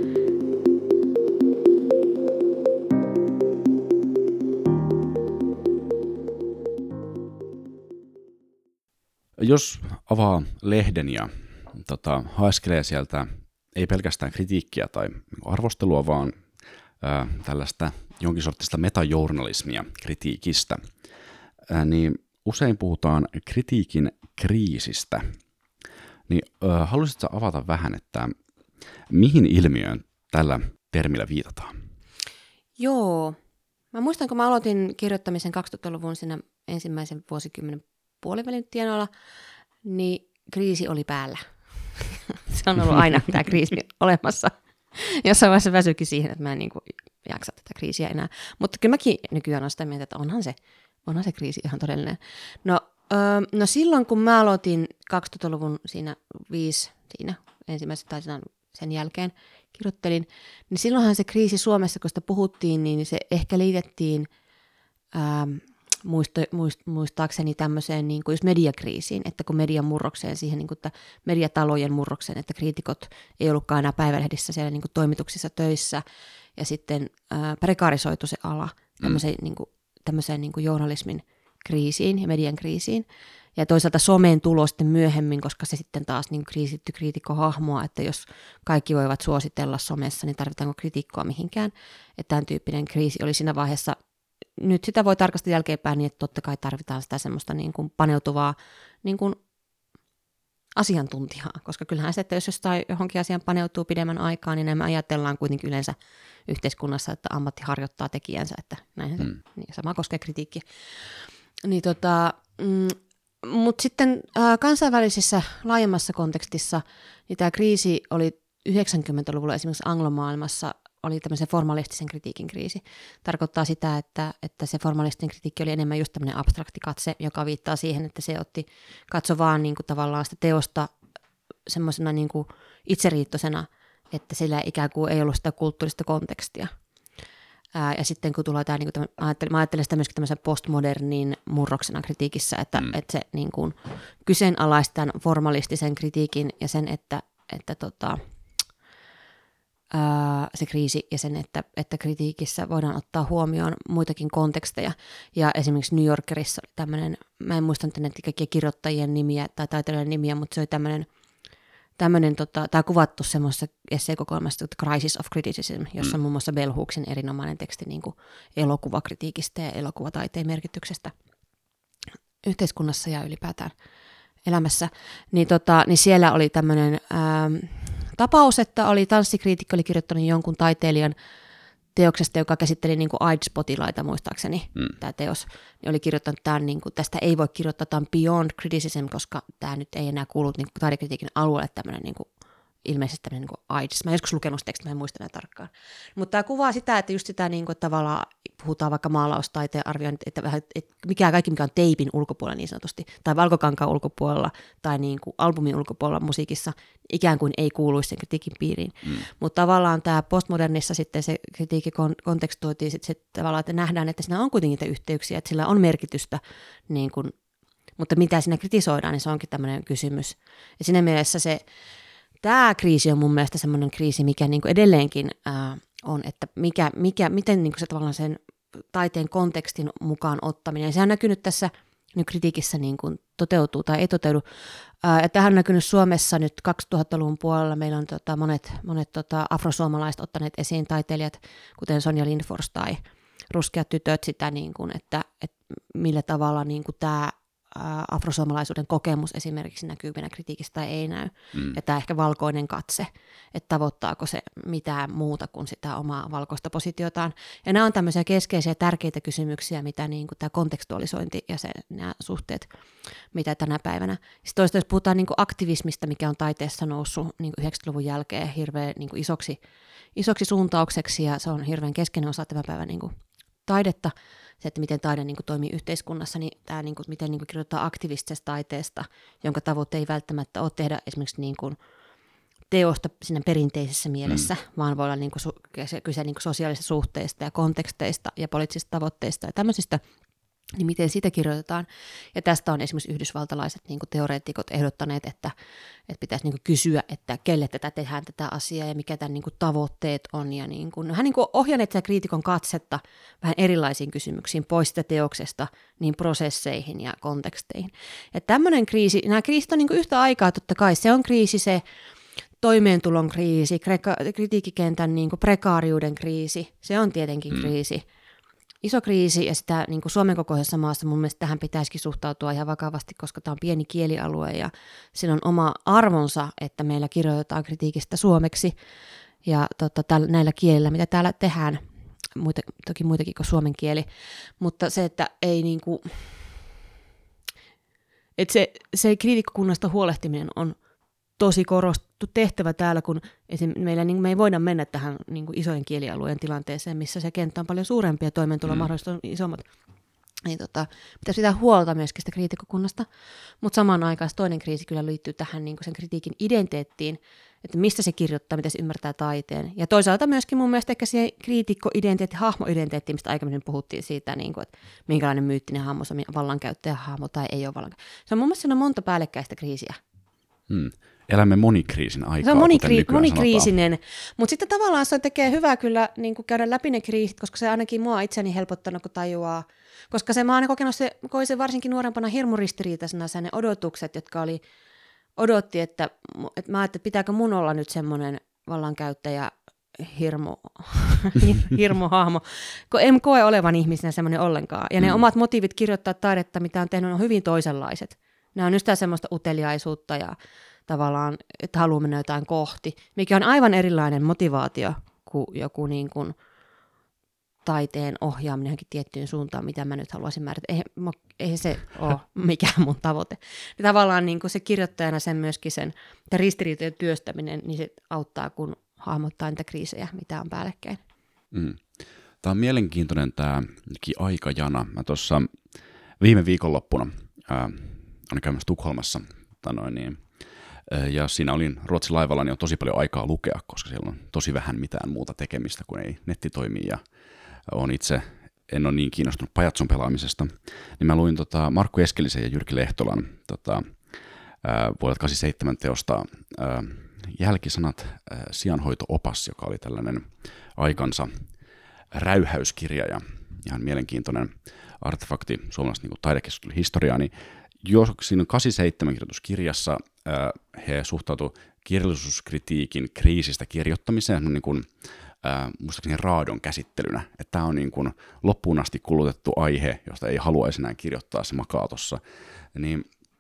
S3: Jos avaa lehden ja haeskelee sieltä ei pelkästään kritiikkiä tai arvostelua, vaan tällaista jonkin sortista metajournalismia kritiikistä, niin usein puhutaan kritiikin kriisistä. Niin haluaisitko avata vähän, että mihin ilmiöön tällä termillä viitataan?
S1: Joo. Mä muistan, kun mä aloitin kirjoittamisen 2000-luvun siinä ensimmäisen vuosikymmenen puolivälin tienoilla, niin kriisi oli päällä. Se on ollut aina tämä kriisi olemassa. Jossain vaiheessa väsyikin siihen, että mä en niin kuin jaksa tätä kriisiä enää. Mutta kyllä mäkin nykyään olen sitä mieltä, että onhan se kriisi ihan todellinen. No silloin, kun mä aloitin 2000-luvun siinä ensimmäisestä tai sen jälkeen kirjoittelin, niin silloinhan se kriisi Suomessa, kun sitä puhuttiin, niin se ehkä liitettiin muistaakseni tämmöiseen niin kuin just mediakriisiin, että kun median murrokseen, siihen niin kuin mediatalojen murrokseen, että kriitikot ei ollutkaan enää päivälehdissä siellä niin kuin toimituksissa töissä, ja sitten prekarisoitu se ala tämmöiseen niin kuin journalismin kriisiin ja median kriisiin. Ja toisaalta somen tulo sitten myöhemmin, koska se sitten taas niin kriisitty kriitikkohahmoa, että jos kaikki voivat suositella somessa, niin tarvitaanko kriitikkoa mihinkään. Että tämän tyyppinen kriisi oli siinä vaiheessa. Nyt sitä voi tarkastella jälkeenpäin niin, että totta kai tarvitaan sitä semmoista niin kuin paneutuvaa niin kuin asiantuntijaa, koska kyllähän se, että jos jostain johonkin asiaan paneutuu pidemmän aikaa, niin me ajatellaan kuitenkin yleensä yhteiskunnassa, että ammatti harjoittaa tekijänsä, että näin niin sama koskee kritiikkiä. Niin mutta sitten kansainvälisessä laajemmassa kontekstissa niin tämä kriisi oli 90-luvulla esimerkiksi anglomaailmassa oli tämmöisen formalistisen kritiikin kriisi. Tarkoittaa sitä, että se formalistinen kritiikki oli enemmän just tämmöinen abstrakti katse, joka viittaa siihen, että se katso vaan niin kuin tavallaan sitä teosta semmoisena niin kuin itseriittoisena, että sillä ikään kuin ei ollut sitä kulttuurista kontekstia. Ja sitten kun tulee tämä, niin kuin mä ajattelen sitä myöskin tämmöisen postmodernin murroksena kritiikissä, että se niin kuin kyseenalaistaa formalistisen kritiikin ja sen, että se kriisi ja sen, että kritiikissä voidaan ottaa huomioon muitakin konteksteja. Ja esimerkiksi New Yorkerissa oli tämmöinen, mä en muista nyt kaikkia kirjoittajien nimiä tai taiteilijoiden nimiä, mutta se oli tämmöinen tämä kuvattu semmoisessa esseekokoelmassa Crisis of Criticism, jossa on muun muassa Bell Hooksin erinomainen teksti niin kuin elokuvakritiikistä ja elokuvataiteen merkityksestä yhteiskunnassa ja ylipäätään elämässä. Niin siellä oli tämmöinen tapaus, että tanssikriitikko oli kirjoittanut jonkun taiteilijan teoksesta, joka käsitteli niin kuin AIDS-potilaita, muistaakseni tämä teos, niin oli kirjoittanut tämän, niin kuin, tästä ei voi kirjoittaa, tämä on beyond criticism, koska tämä nyt ei enää kuulu niin kuin taidekritiikin alueelle tämmöinen niin kuin, ilmeisesti tämmöinen niin kuin AIDS. Mä en joskus lukenut sitä tekstin, mä en muista näin tarkkaan. Mutta tämä kuvaa sitä, että just sitä niin kuin, tavallaan puhutaan vaikka maalaustaiteen arvioinnit, että kaikki mikä on teipin ulkopuolella niin sanotusti, tai valkokankaan ulkopuolella, tai niin kuin albumin ulkopuolella musiikissa, ikään kuin ei kuuluisi sen kritiikin piiriin. Mutta tavallaan tämä postmodernissa sitten se kritiikki kontekstoitiin sitten tavallaan, että nähdään, että siinä on kuitenkin niitä yhteyksiä, että sillä on merkitystä, niin kuin, mutta mitä siinä kritisoidaan, niin se onkin tämmöinen kysymys. Ja siinä mielessä tämä kriisi on mun mielestä semmoinen kriisi, mikä niin kuin edelleenkin on, että miten niin kuin se tavallaan sen taiteen kontekstin mukaan ottaminen. Ja se on näkynyt tässä nyt kritiikissä niin kuin toteutuu tai ei toteudu. Ja tähän on näkynyt Suomessa nyt 2000-luvun puolella. Meillä on monet afrosuomalaiset ottaneet esiin taiteilijat, kuten Sonja Lindfors tai Ruskeat tytöt, sitä, niin kuin, että millä tavalla niin kuin tämä afrosuomalaisuuden kokemus esimerkiksi näkyy meidän kritiikistä tai ei näy. Ja tämä ehkä valkoinen katse, että tavoittaako se mitään muuta kuin sitä omaa valkoista positiotaan. Ja nämä on tämmöisiä keskeisiä tärkeitä kysymyksiä, mitä niin kuin tämä kontekstualisointi ja nämä suhteet, mitä tänä päivänä. Sitten toista, jos puhutaan niin kuin aktivismista, mikä on taiteessa noussut niin kuin 90-luvun jälkeen hirveän niin kuin isoksi suuntaukseksi, ja se on hirveän keskeinen osa tämän päivän niin kuin taidetta, se, että miten taide niin kuin toimii yhteiskunnassa, niin tämä, niin kuin, miten niin kuin kirjoittaa aktivistisesta taiteesta, jonka tavoite ei välttämättä ole tehdä esimerkiksi niin kuin teosta siinä perinteisessä mielessä, vaan voi olla niin kuin kyse niin kuin sosiaalisista suhteista ja konteksteista ja poliittisista tavoitteista ja tämmöisistä, niin miten sitä kirjoitetaan. Ja tästä on esimerkiksi yhdysvaltalaiset niin kuin teoreetikot ehdottaneet, että pitäisi niin kuin kysyä, että kelle tätä tehdään tätä asiaa ja mikä tämän niin kuin tavoitteet on. Ja niin kuin, hän niin kuin ohjanneet sitä kriitikon katsetta vähän erilaisiin kysymyksiin, pois sitä teoksesta, niin prosesseihin ja konteksteihin. Ja tämmöinen kriisi, nämä kriisit on niin kuin yhtä aikaa totta kai, se on kriisi, se toimeentulon kriisi, kritiikkikentän niin kuin prekaariuden kriisi, se on tietenkin kriisi. Iso kriisi, ja sitä niin kuin Suomen kokoisessa maassa mun mielestä tähän pitäisikin suhtautua ihan vakavasti, koska tämä on pieni kielialue ja siinä on oma arvonsa, että meillä kirjoitetaan kritiikistä suomeksi ja näillä kielillä, mitä täällä tehdään, toki muitakin kuin suomen kieli, mutta se, että ei niin kuin, että se kriitikkokunnasta huolehtiminen on tosi korostettu tehtävä täällä, kun me ei voida mennä tähän niin kuin isojen kielialueen tilanteeseen, missä se kenttä on paljon suurempi ja toimeentulomahdollisuudet on isommat. Niin pitäisi pitää huolta myöskin sitä kriitikkokunnasta, mutta samaan aikaan toinen kriisi kyllä liittyy tähän niin kuin sen kritiikin identiteettiin, että mistä se kirjoittaa, miten se ymmärtää taiteen. Ja toisaalta myöskin mun mielestä ehkä siihen kriitikko-identiteetti, hahmo-identiteetti, mistä aikaisemmin puhuttiin siitä, niin kuin, että minkälainen myyttinen hahmo se on, vallankäyttäjähahmo tai ei ole vallankäyttäjä. Se on mun mielestä siinä on monta päällekkäistä kriisiä.
S3: Elämme monikriisin aikaa,
S1: se on monikriisinen, mutta sitten tavallaan se tekee hyvää kyllä niin kuin käydä läpi ne kriisit, koska se ainakin mua itseni helpottanut, kun tajuaa. Koska mä oon kokenut koin se varsinkin nuorempana hirmu ristiriitaisena ne odotukset, jotka odotti, että mä ajattelin, että pitääkö mun olla nyt semmoinen vallankäyttäjä hirmuhahmo, kun en koe olevan ihmisenä semmoinen ollenkaan. Ja ne omat motiivit kirjoittaa taidetta, mitä on tehnyt, on hyvin toisenlaiset. Ne on just semmoista uteliaisuutta ja tavallaan, että haluaa mennä jotain kohti, mikä on aivan erilainen motivaatio kuin joku niin kuin taiteen ohjaaminen johonkin tiettyyn suuntaan, mitä mä nyt haluaisin määritellä. Eihän se ole mikään mun tavoite. Ja tavallaan niin kuin se kirjoittajana sen myöskin sen ristiriitojen työstäminen, niin se auttaa, kun hahmottaa niitä kriisejä, mitä on päällekkäin.
S3: Tämä on mielenkiintoinen tämä aikajana. Mä tuossa viime viikonloppuna olin käymässä Tukholmassa, ja siinä olin Ruotsin laivalla, niin on tosi paljon aikaa lukea, koska siellä on tosi vähän mitään muuta tekemistä, kun ei netti toimi, ja en ole niin kiinnostunut pajatson pelaamisesta, niin mä luin Markku Eskelisen ja Jyrki Lehtolan vuodelta 87 teosta Jälkisanat, sianhoito-opas, joka oli tällainen aikansa räyhäyskirja ja ihan mielenkiintoinen artefakti suomalaisesta niin taidekeskustelun historiaa, niin jo siinä 87 kirjoituskirjassa he suhtautuivat kirjallisuuskritiikin kriisistä kirjoittamiseen niin kuin, muistaakseni raadon käsittelynä, että tämä on niin kuin loppuun asti kulutettu aihe, josta ei haluaisi enää kirjoittaa, se makaa tuossa. Niin,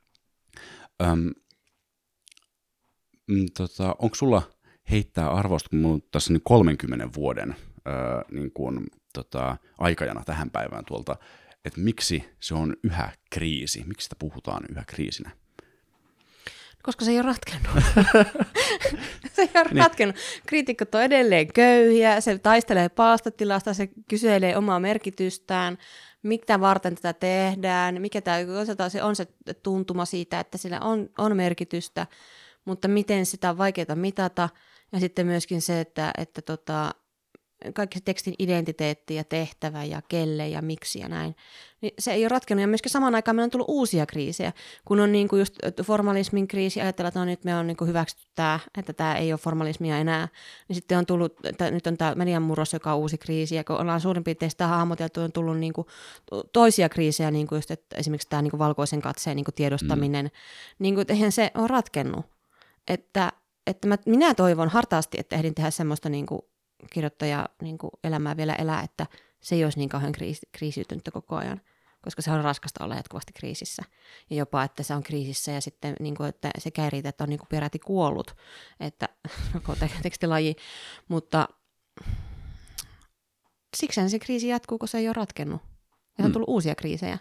S3: onko sulla heittää arvosta, kun minulla on tässä niin 30 vuoden niin kuin, aikajana tähän päivään tuolta, että miksi se on yhä kriisi? Miksi sitä puhutaan yhä kriisinä?
S1: Koska se ei ole ratkennut. Se ei ole ratkennut. Kriitikot on edelleen köyhiä, se taistelee palstatilasta, se kyselee omaa merkitystään, mitä varten tätä tehdään, mikä se on se tuntuma siitä, että sillä on merkitystä, mutta miten sitä on vaikeaa mitata. Ja sitten myöskin se, että kaikki se tekstin identiteetti ja tehtävä ja kelle ja miksi ja näin, niin se ei ole ratkennut. Ja myöskin samaan aikaan meillä on tullut uusia kriisejä, kun on niin kuin just formalismin kriisi, ajatellaan, että nyt me on niin kuin hyväksytty tämä, että tämä ei ole formalismia enää, niin sitten on tullut, että nyt on tämä median murros, joka on uusi kriisi, ja kun ollaan suurin piirtein sitä hahmoteltu, on tullut niin kuin toisia kriisejä, niin kuin just, että esimerkiksi tämä niin kuin valkoisen katseen niin kuin tiedostaminen, niin kuin, eihän se ole ratkennut. Että minä toivon hartaasti, että ehdin tehdä semmoista niin kuin kirjoittaja niin kuin elämää vielä elää, että se ei olisi niin kauhean kriisiytynyt koko ajan. koska se on raskasta olla jatkuvasti kriisissä. Ja jopa, että se on kriisissä ja sitten, niin kuin, että se ei riitä, että on niin kuin peräti kuollut, että tekstilaji, mutta siksi se kriisi jatkuu, kun se ei ole ratkennut. Ja on tullut uusia kriisejä.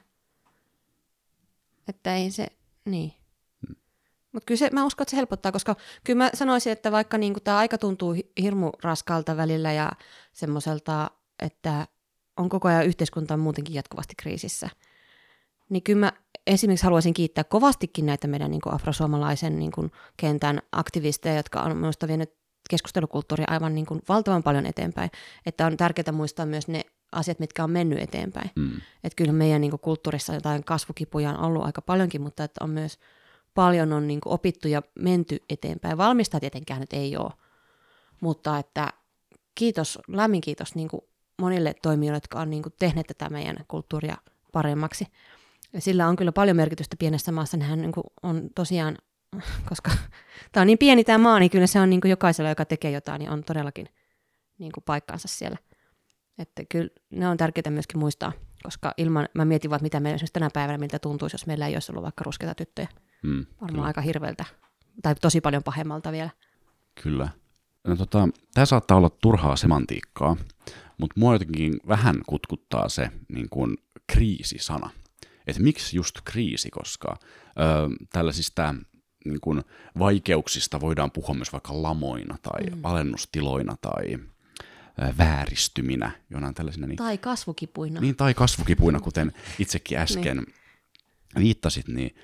S1: Että ei se, niin. Mutta kyllä mä uskon, että se helpottaa, koska kyllä mä sanoisin, että vaikka niinku tämä aika tuntuu hirmu raskalta välillä ja semmoiselta, että on koko ajan yhteiskunta muutenkin jatkuvasti kriisissä, niin kyllä mä esimerkiksi haluaisin kiittää kovastikin näitä meidän niinku afrosuomalaisen niinku kentän aktivisteja, jotka on minusta vienyt keskustelukulttuuria aivan niinku valtavan paljon eteenpäin. Että on tärkeää muistaa myös ne asiat, mitkä on mennyt eteenpäin. Että kyllä meidän niinku kulttuurissa jotain kasvukipuja on ollut aika paljonkin, mutta että on myös paljon on niin kuin opittu ja menty eteenpäin. Valmista tietenkään nyt ei ole, mutta että lämmin kiitos niin kuin monille toimijoille, jotka on niin kuin tehneet tätä meidän kulttuuria paremmaksi. Ja sillä on kyllä paljon merkitystä pienessä maassa. Nehän niin kuin on tosiaan, koska tämä on niin pieni tämä maa, niin kyllä se on niin kuin jokaisella, joka tekee jotain, niin on todellakin niin kuin paikkansa siellä. Että kyllä ne on tärkeää myöskin muistaa, koska mä mietin vaan, mitä meillä tänä päivänä, miltä tuntuisi, jos meillä ei olisi ollut vaikka ruskeita tyttöjä. Varmaan
S3: kyllä.
S1: aika hirveältä, tai tosi paljon pahemmalta vielä.
S3: Kyllä. No, tämä saattaa olla turhaa semantiikkaa, mutta mua jotenkin vähän kutkuttaa se niin kuin kriisisana. Että miksi just kriisi, koska tällaisista niin kuin vaikeuksista voidaan puhua myös vaikka lamoina tai alennustiloina tai vääristyminä, jonain tällaisina. Niin,
S1: tai kasvukipuina.
S3: Niin, tai kasvukipuina, kuten itsekin äsken viittasit, niin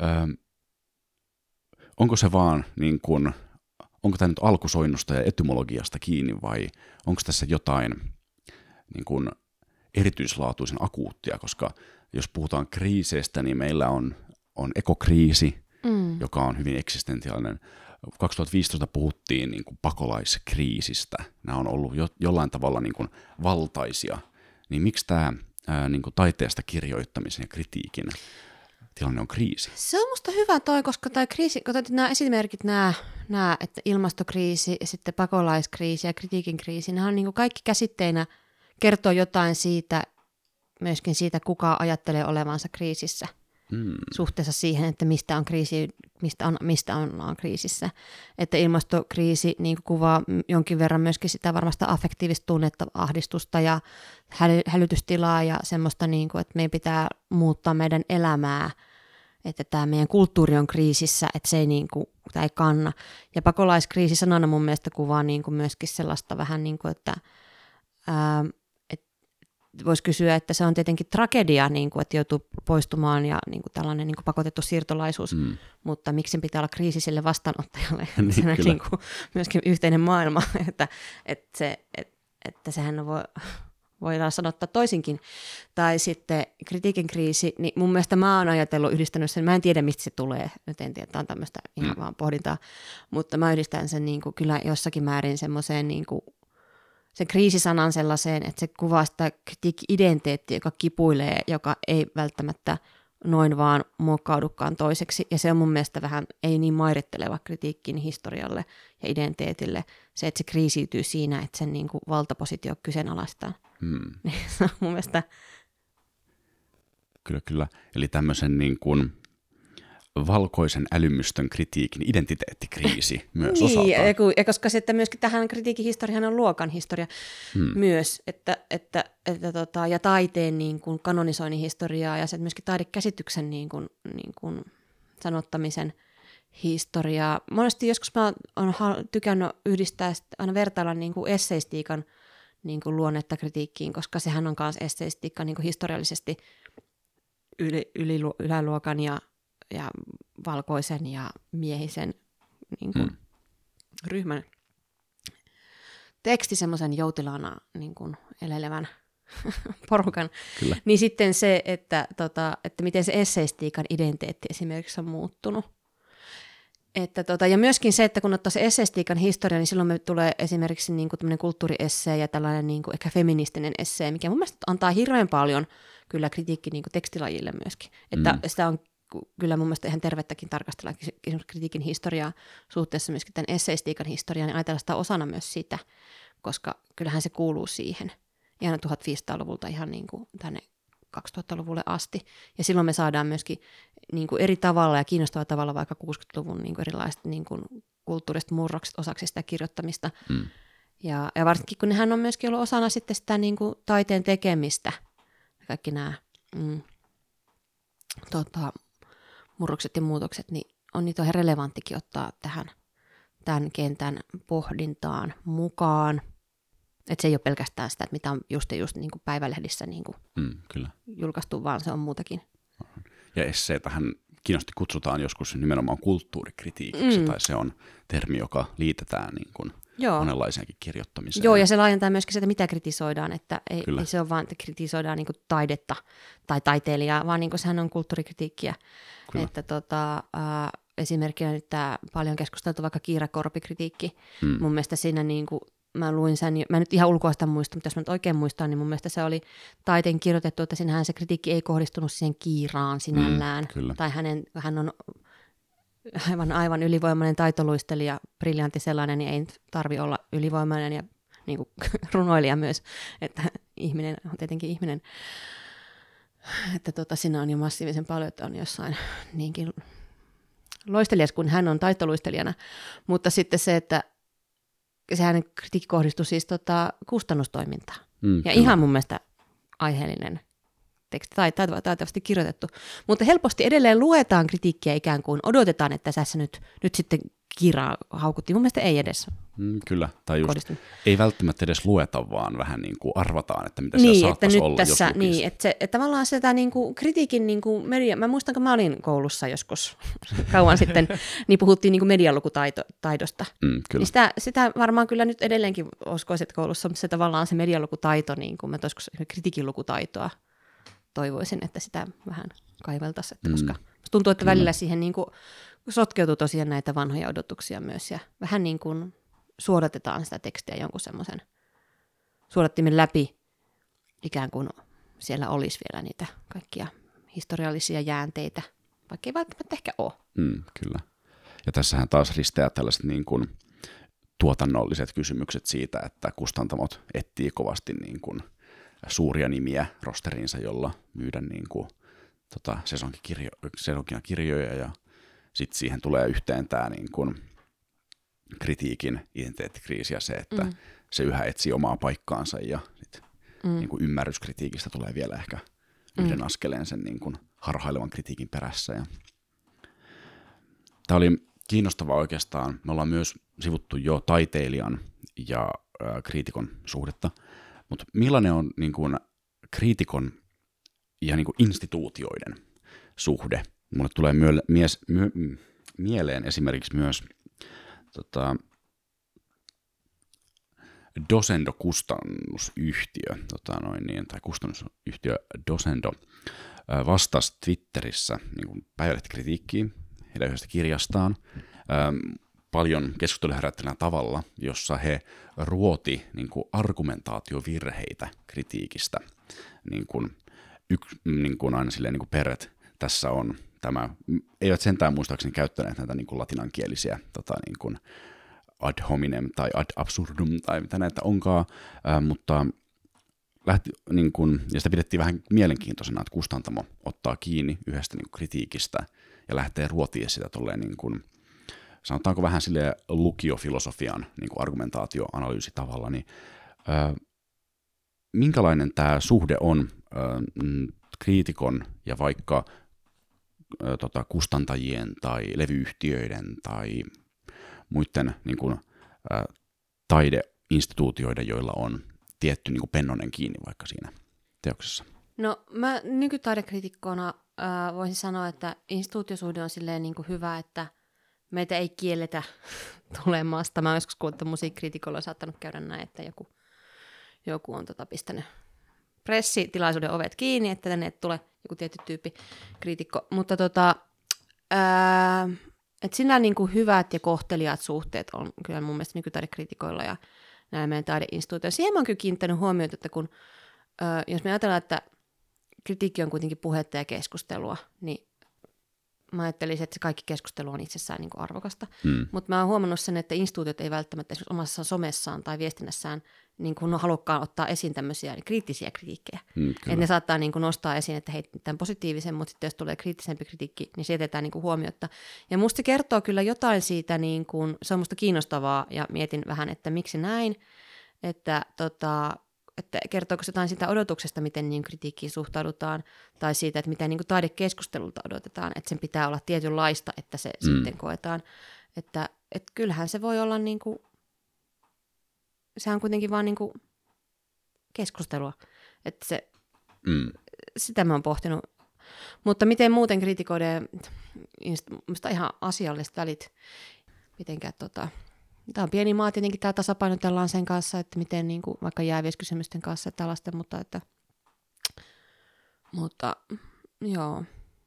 S3: onko se vaan niin kuin, onko tämä nyt alkusoinnusta ja etymologiasta kiinni vai onko tässä jotain niin kuin erityislaatuisen akuuttia, koska jos puhutaan kriiseistä, niin meillä on ekokriisi, joka on hyvin eksistentiaalinen. 2015 puhuttiin niin kuin pakolaiskriisistä. Nämä on ollut jollain tavalla niin kuin valtaisia. Niin miksi tämä niin kuin taiteesta kirjoittamisen ja kritiikin tilanne on kriisi?
S1: Se on musta hyvä koska tämä kriisi, kun nämä esimerkit, nämä, että ilmastokriisi ja sitten pakolaiskriisi ja kritiikin kriisi, nämä on niin kuin kaikki käsitteinä kertoo jotain siitä, myöskin siitä, kuka ajattelee olevansa kriisissä. Suhteessa siihen, että mistä on kriisi, mistä ollaan kriisissä. Että ilmastokriisi niin kuvaa jonkin verran myöskin sitä varmasta affektiivista tunnetta, ahdistusta ja hälytystilaa ja semmoista, niin kuin, että meidän pitää muuttaa meidän elämää, että tämä meidän kulttuuri on kriisissä, että se ei, niin kuin, tämä ei kanna. Ja pakolaiskriisi sanana mun mielestä kuvaa niin kuin myöskin sellaista vähän niin kuin, että voisi kysyä, että se on tietenkin tragedia, niin kuin, että joutuu poistumaan ja niin kuin tällainen niin kuin pakotettu siirtolaisuus, mutta miksi sen pitää olla kriisi sille vastaanottajalle?
S3: Niin,
S1: niin kuin, myöskin yhteinen maailma, että sehän voidaan sanottaa toisinkin. Tai sitten kritiikin kriisi, niin mun mielestä mä oon ajatellut, yhdistänyt sen, mä en tiedä mistä se tulee, nyt en tiedä, tämä on tämmöistä ihan vaan pohdintaa, mutta mä yhdistän sen niin kuin, kyllä jossakin määrin semmoiseen niin kuin sen kriisisanan sellaiseen, että se kuvaa sitä kritiikki-identiteettiä, joka kipuilee, joka ei välttämättä noin vaan muokkaudukaan toiseksi. Ja se on mun mielestä vähän ei niin mairitteleva kritiikkin historialle ja identiteetille. Se, että se kriisiytyy siinä, että sen niin kuin valtapositio kyseenalaistaan. Se on mun mielestä.
S3: Kyllä. Eli tämmöisen niin kuin valkoisen älymystön kritiikin identiteettikriisi myös osaltaan.
S1: Niin, ja koska sitten myöskin tähän kritiikin historiahan on luokan historia myös, ja taiteen niin kuin kanonisoinnin historiaa ja sitten myöskin taidekäsityksen niin kuin sanottamisen historiaa. Monesti joskus mä oon tykännyt yhdistää, aina vertailla niin kuin esseistiikan niin kuin luonnetta kritiikkiin, koska sehän on myös esseistiikka niin kuin historiallisesti yläluokan ja valkoisen ja miehisen niin kuin, ryhmän teksti semmoisen joutilaana niin kuin elelevän porukan.
S3: Kyllä.
S1: Niin sitten se, että miten se esseistiikan identiteetti esimerkiksi on muuttunut. Ja myöskin se, että kun ottaa se esseistiikan historia, niin silloin me tulee esimerkiksi niin kuin tämmöinen kulttuuriessee ja tällainen niin kuin ehkä feministinen essee, mikä mun mielestä antaa hirveän paljon kyllä kritiikki niin kuin tekstilajille myöskin. Että sitä on kyllä mun mielestä ihan tervettäkin tarkastella kritiikin historiaa suhteessa myöskin tämän esseistiikan historiaan, niin ajatella sitä osana myös sitä, koska kyllähän se kuuluu siihen. Ihan 1500-luvulta ihan niin kuin tänne 2000-luvulle asti. Ja silloin me saadaan myöskin niin kuin eri tavalla ja kiinnostavalla tavalla vaikka 60-luvun niin kuin erilaiset niin kuin kulttuuriset murrokset osaksi sitä kirjoittamista. Ja varsinkin kun nehän on myöskin ollut osana sitten sitä niin kuin taiteen tekemistä, kaikki nämä murrokset ja muutokset, niin on niitä ihan relevanttikin ottaa tämän kentän pohdintaan mukaan. Että se ei ole pelkästään sitä, että mitä on just niin kuin päivälehdissä niin kuin
S2: kyllä.
S1: julkaistu, vaan se on muutakin.
S2: Ja esseetähän kiinnosti kutsutaan joskus nimenomaan kulttuurikritiikiksi, tai se on termi, joka liitetään niin kuin monenlaiseenkin kirjoittamiseen.
S1: Joo, ja se laajentaa myöskin sitä, mitä kritisoidaan, että ei se ole vaan, että kritisoidaan niin kuin taidetta tai taiteilijaa, vaan niin kuin sehän on kulttuurikritiikkiä. Kyllä. Että esimerkkinä nyt tämä paljon keskusteltu vaikka Kiira Korpi-kritiikki. Mun mielestä siinä niin kuin, mä luin sen, mä en nyt ihan ulkoa sitä muista, mutta jos mä nyt oikein muistan, niin mun mielestä se oli taiteen kirjoitettu, että siinähän se kritiikki ei kohdistunut siihen Kiiraan sinällään. Tai hän on aivan ylivoimainen taitoluistelija, briljantti sellainen, niin ei tarvi olla ylivoimainen ja niin kuin runoilija myös, että ihminen on tietenkin ihminen. Että siinä on jo massiivisen paljon, että on jossain niinkin loistelijas kuin hän on taitoluistelijana, mutta sitten se, että sehän kritiikki kohdistui siis kustannustoimintaan. Ja ihan mun mielestä aiheellinen teksti, taitavasti kirjoitettu. Mutta helposti edelleen luetaan kritiikkiä ikään kuin odotetaan, että tässä nyt sitten Kiiraa haukuttiin. Mun mielestä ei edes
S2: kyllä, tai just
S1: kohdistunut.
S2: Ei välttämättä edes lueta, vaan vähän niin kuin arvataan, että mitä siellä saattaisi olla,
S1: tässä,
S2: jos lukisi.
S1: että tavallaan sitä niin kuin kritiikin niin kuin media, mä muistan, kun mä olin koulussa joskus kauan sitten, niin puhuttiin niin kuin medialukutaidosta.
S2: Kyllä.
S1: Niin sitä varmaan kyllä nyt edelleenkin uskoisin koulussa, mutta se tavallaan se medialukutaito, niin kuin mä joskus kritiikin lukutaitoa toivoisin, että sitä vähän kaiveltaisiin, koska tuntuu, että välillä siihen niin kuin sotkeutuu tosiaan näitä vanhoja odotuksia myös ja vähän niin kuin suodatetaan sitä tekstiä jonkun semmoisen suodattimen läpi, ikään kuin siellä olisi vielä niitä kaikkia historiallisia jäänteitä, vaikka ei välttämättä ehkä ole.
S2: Kyllä. Ja tässähän taas risteää tällaiset niin kuin tuotannolliset kysymykset siitä, että kustantamot etsii kovasti niin kuin suuria nimiä rosteriinsa, jolla myydä niin kuin, sesonkina kirjoja ja sitten siihen tulee yhteen tämä niin kuin kritiikin identiteettikriisi ja se, että se yhä etsii omaa paikkaansa ja sit niin kuin ymmärrys kritiikistä tulee vielä ehkä yhden askeleen sen niin kuin harhailevan kritiikin perässä. Ja tämä oli kiinnostavaa oikeastaan. Me ollaan myös sivuttu jo taiteilijan ja kriitikon suhdetta, mutta millainen on niin kuin kriitikon ja niin kuin instituutioiden suhde? Mulle tulee mieleen esimerkiksi myös Dosendo-kustannusyhtiö, tai kustannusyhtiö Dosendo vastasi Twitterissä niin päivälehtikritiikkiin heidän yhdestä kirjastaan paljon keskustelua herättäneellä tavalla, jossa he ruoti niin kuin argumentaatiovirheitä kritiikistä, niin kuin aina silleen niin kuin perret. Tässä on tämä, eivät sentään muistaakseni käyttäneet näitä niin kuin latinankielisiä niin kuin ad hominem tai ad absurdum tai mitä näitä onkaan, mutta lähti, niin kuin, ja sitä pidettiin vähän mielenkiintoisena, että kustantamo ottaa kiinni yhdestä niin kuin kritiikistä ja lähtee ruotiin sitä tolleen, niin kuin, sanotaanko vähän silleen lukiofilosofian niin kuin argumentaatioanalyysi tavalla, niin minkälainen tämä suhde on kriitikon ja vaikka kustantajien tai levyyhtiöiden tai muiden niin kuin, taideinstituutioiden, joilla on tietty niin kuin pennonen kiinni vaikka siinä teoksessa?
S1: No mä nykytaidekriitikkona voisin sanoa, että instituutiosuhde on silleen niin kuin hyvä, että meitä ei kielletä tulemasta. Mä oon joskus kuullut, että musiikkriitikolla on saattanut käydä näin, että joku on pistänyt pressitilaisuuden ovet kiinni, että tänne et tule joku tietty tyyppi kriitikko. Mutta että sinä niin kuin hyvät ja kohteliaat suhteet on kyllä mun mielestä nykytaidekriitikoilla ja näillä meidän taideinstituutioilla. Siihen mä oon kyllä kiinnittänyt huomiota, että kun, jos me ajatellaan, että kritiikki on kuitenkin puhetta ja keskustelua, niin mä ajattelisin, että se kaikki keskustelu on itsessään niin kuin arvokasta. Mutta mä oon huomannut sen, että instituutiot ei välttämättä esimerkiksi omassa somessaan tai viestinnässään niin kuin halukkaan ottaa esiin tämmöisiä kriittisiä kritiikkejä. Että ne saattaa niin kuin nostaa esiin, että hei, tämän positiivisen, mutta sitten jos tulee kriittisempi kritiikki, niin se jätetään niin kuin huomiotta. Ja musta se kertoo kyllä jotain siitä, niin kuin, se on musta kiinnostavaa ja mietin vähän, että miksi näin, että kertooko se jotain siitä odotuksesta, miten niin kritiikkiin suhtaudutaan, tai siitä, että miten niin taidekeskustelulta odotetaan, että sen pitää olla tietynlaista, että se sitten koetaan. Että kyllähän se voi olla, niin kuin, sehän on kuitenkin vaan niin kuin keskustelua. Että sitä mä oon pohtinut. Mutta miten muuten kritikoiden, minusta ihan asialliset välit, mitenkään tämä on pieni maa, tietenkin tämä tasapainotellaan sen kanssa, että miten niin kuin, vaikka jääviyskysymysten kanssa ja tällaisten, mutta joo,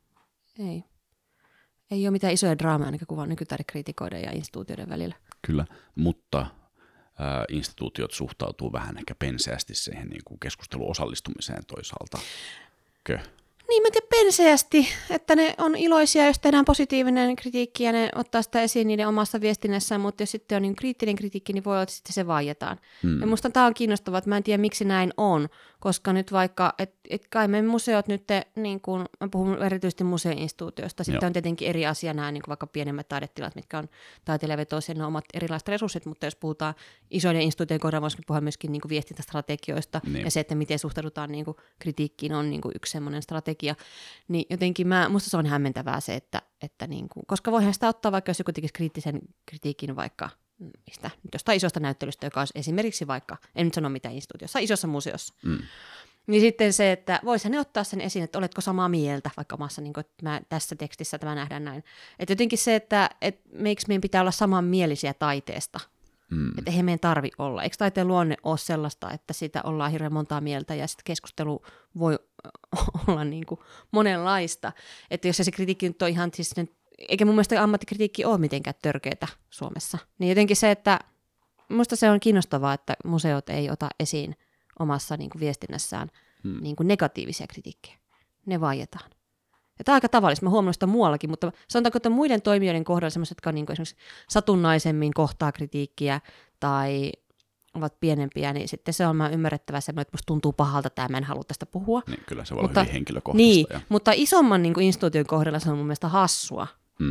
S1: ei ole mitään isoja draamaa ainakaan kuin vaan nykytaidekriitikoiden ja instituutioiden välillä.
S3: Kyllä, mutta instituutiot suhtautuu vähän ehkä penseästi siihen niin kuin keskusteluun osallistumiseen toisaalta.
S1: Niin, mä tiedän penseästi, että ne on iloisia, jos tehdään positiivinen kritiikki ja ne ottaa sitä esiin niiden omassa viestinnässään, mutta jos sitten on niin kriittinen kritiikki, niin voi olla, että sitten se vaietaan. Ja musta tämä on kiinnostavaa, että mä en tiedä, miksi näin on, koska nyt vaikka, että kai me museot nyt, niin kuin, mä puhun erityisesti museoinstituutioista, sitten on tietenkin eri asia nämä niin kuin vaikka pienemmät taidetilat, mitkä on taiteilijavetoisia, ne on omat erilaiset resurssit, mutta jos puhutaan isoiden instituutioiden kohdalla, voisikin puhua myöskin niin kuin viestintästrategioista, ja se, että miten suhtaudutaan niin kuin kritiikkiin, on niin kuin yksi semmoinen strategia. Niin jotenkin musta se on hämmentävää se, että niin kuin, koska voihan sitä ottaa vaikka jos joku tekisi kriittisen kritiikin vaikka mistä, jostain isosta näyttelystä, joka olisi esimerkiksi vaikka, en nyt sano mitään instituutiossa, isossa museossa. Niin sitten se, että voisihan ne ottaa sen esiin, että oletko samaa mieltä vaikka omassa, niin kuin, että tässä tekstissä tämä nähdään näin. Että jotenkin se, että miksi meidän pitää olla samanmielisiä taiteesta. Että eihän meidän tarvitse olla. Eikö taiteen luonne ole sellaista, että siitä ollaan hirveän montaa mieltä ja sitten keskustelu voi olla niin kuin monenlaista. Että jos se kritiikki nyt on ihan siis, eikä mun mielestä ammattikritiikki ole mitenkään törkeätä Suomessa. Niin jotenkin se, että musta se on kiinnostavaa, että museot ei ota esiin omassa niin kuin viestinnässään niin kuin negatiivisia kritiikkejä. Ne vaietaan. Ja tämä on aika tavallista, mä huomannut sitä muuallakin, mutta sanotaanko, että muiden toimijoiden kohdalla sellaiset, jotka on niin kuin esimerkiksi satunnaisemmin kohtaa kritiikkiä tai ovat pienempiä, niin sitten se on ymmärrettävää semmoinen, että musta tuntuu pahalta tämä, mä en halua tästä puhua.
S3: Niin, kyllä se voi olla hyvin henkilökohtaista.
S1: Niin, mutta isomman niin kuin instituution kohdalla se on mun mielestä hassua.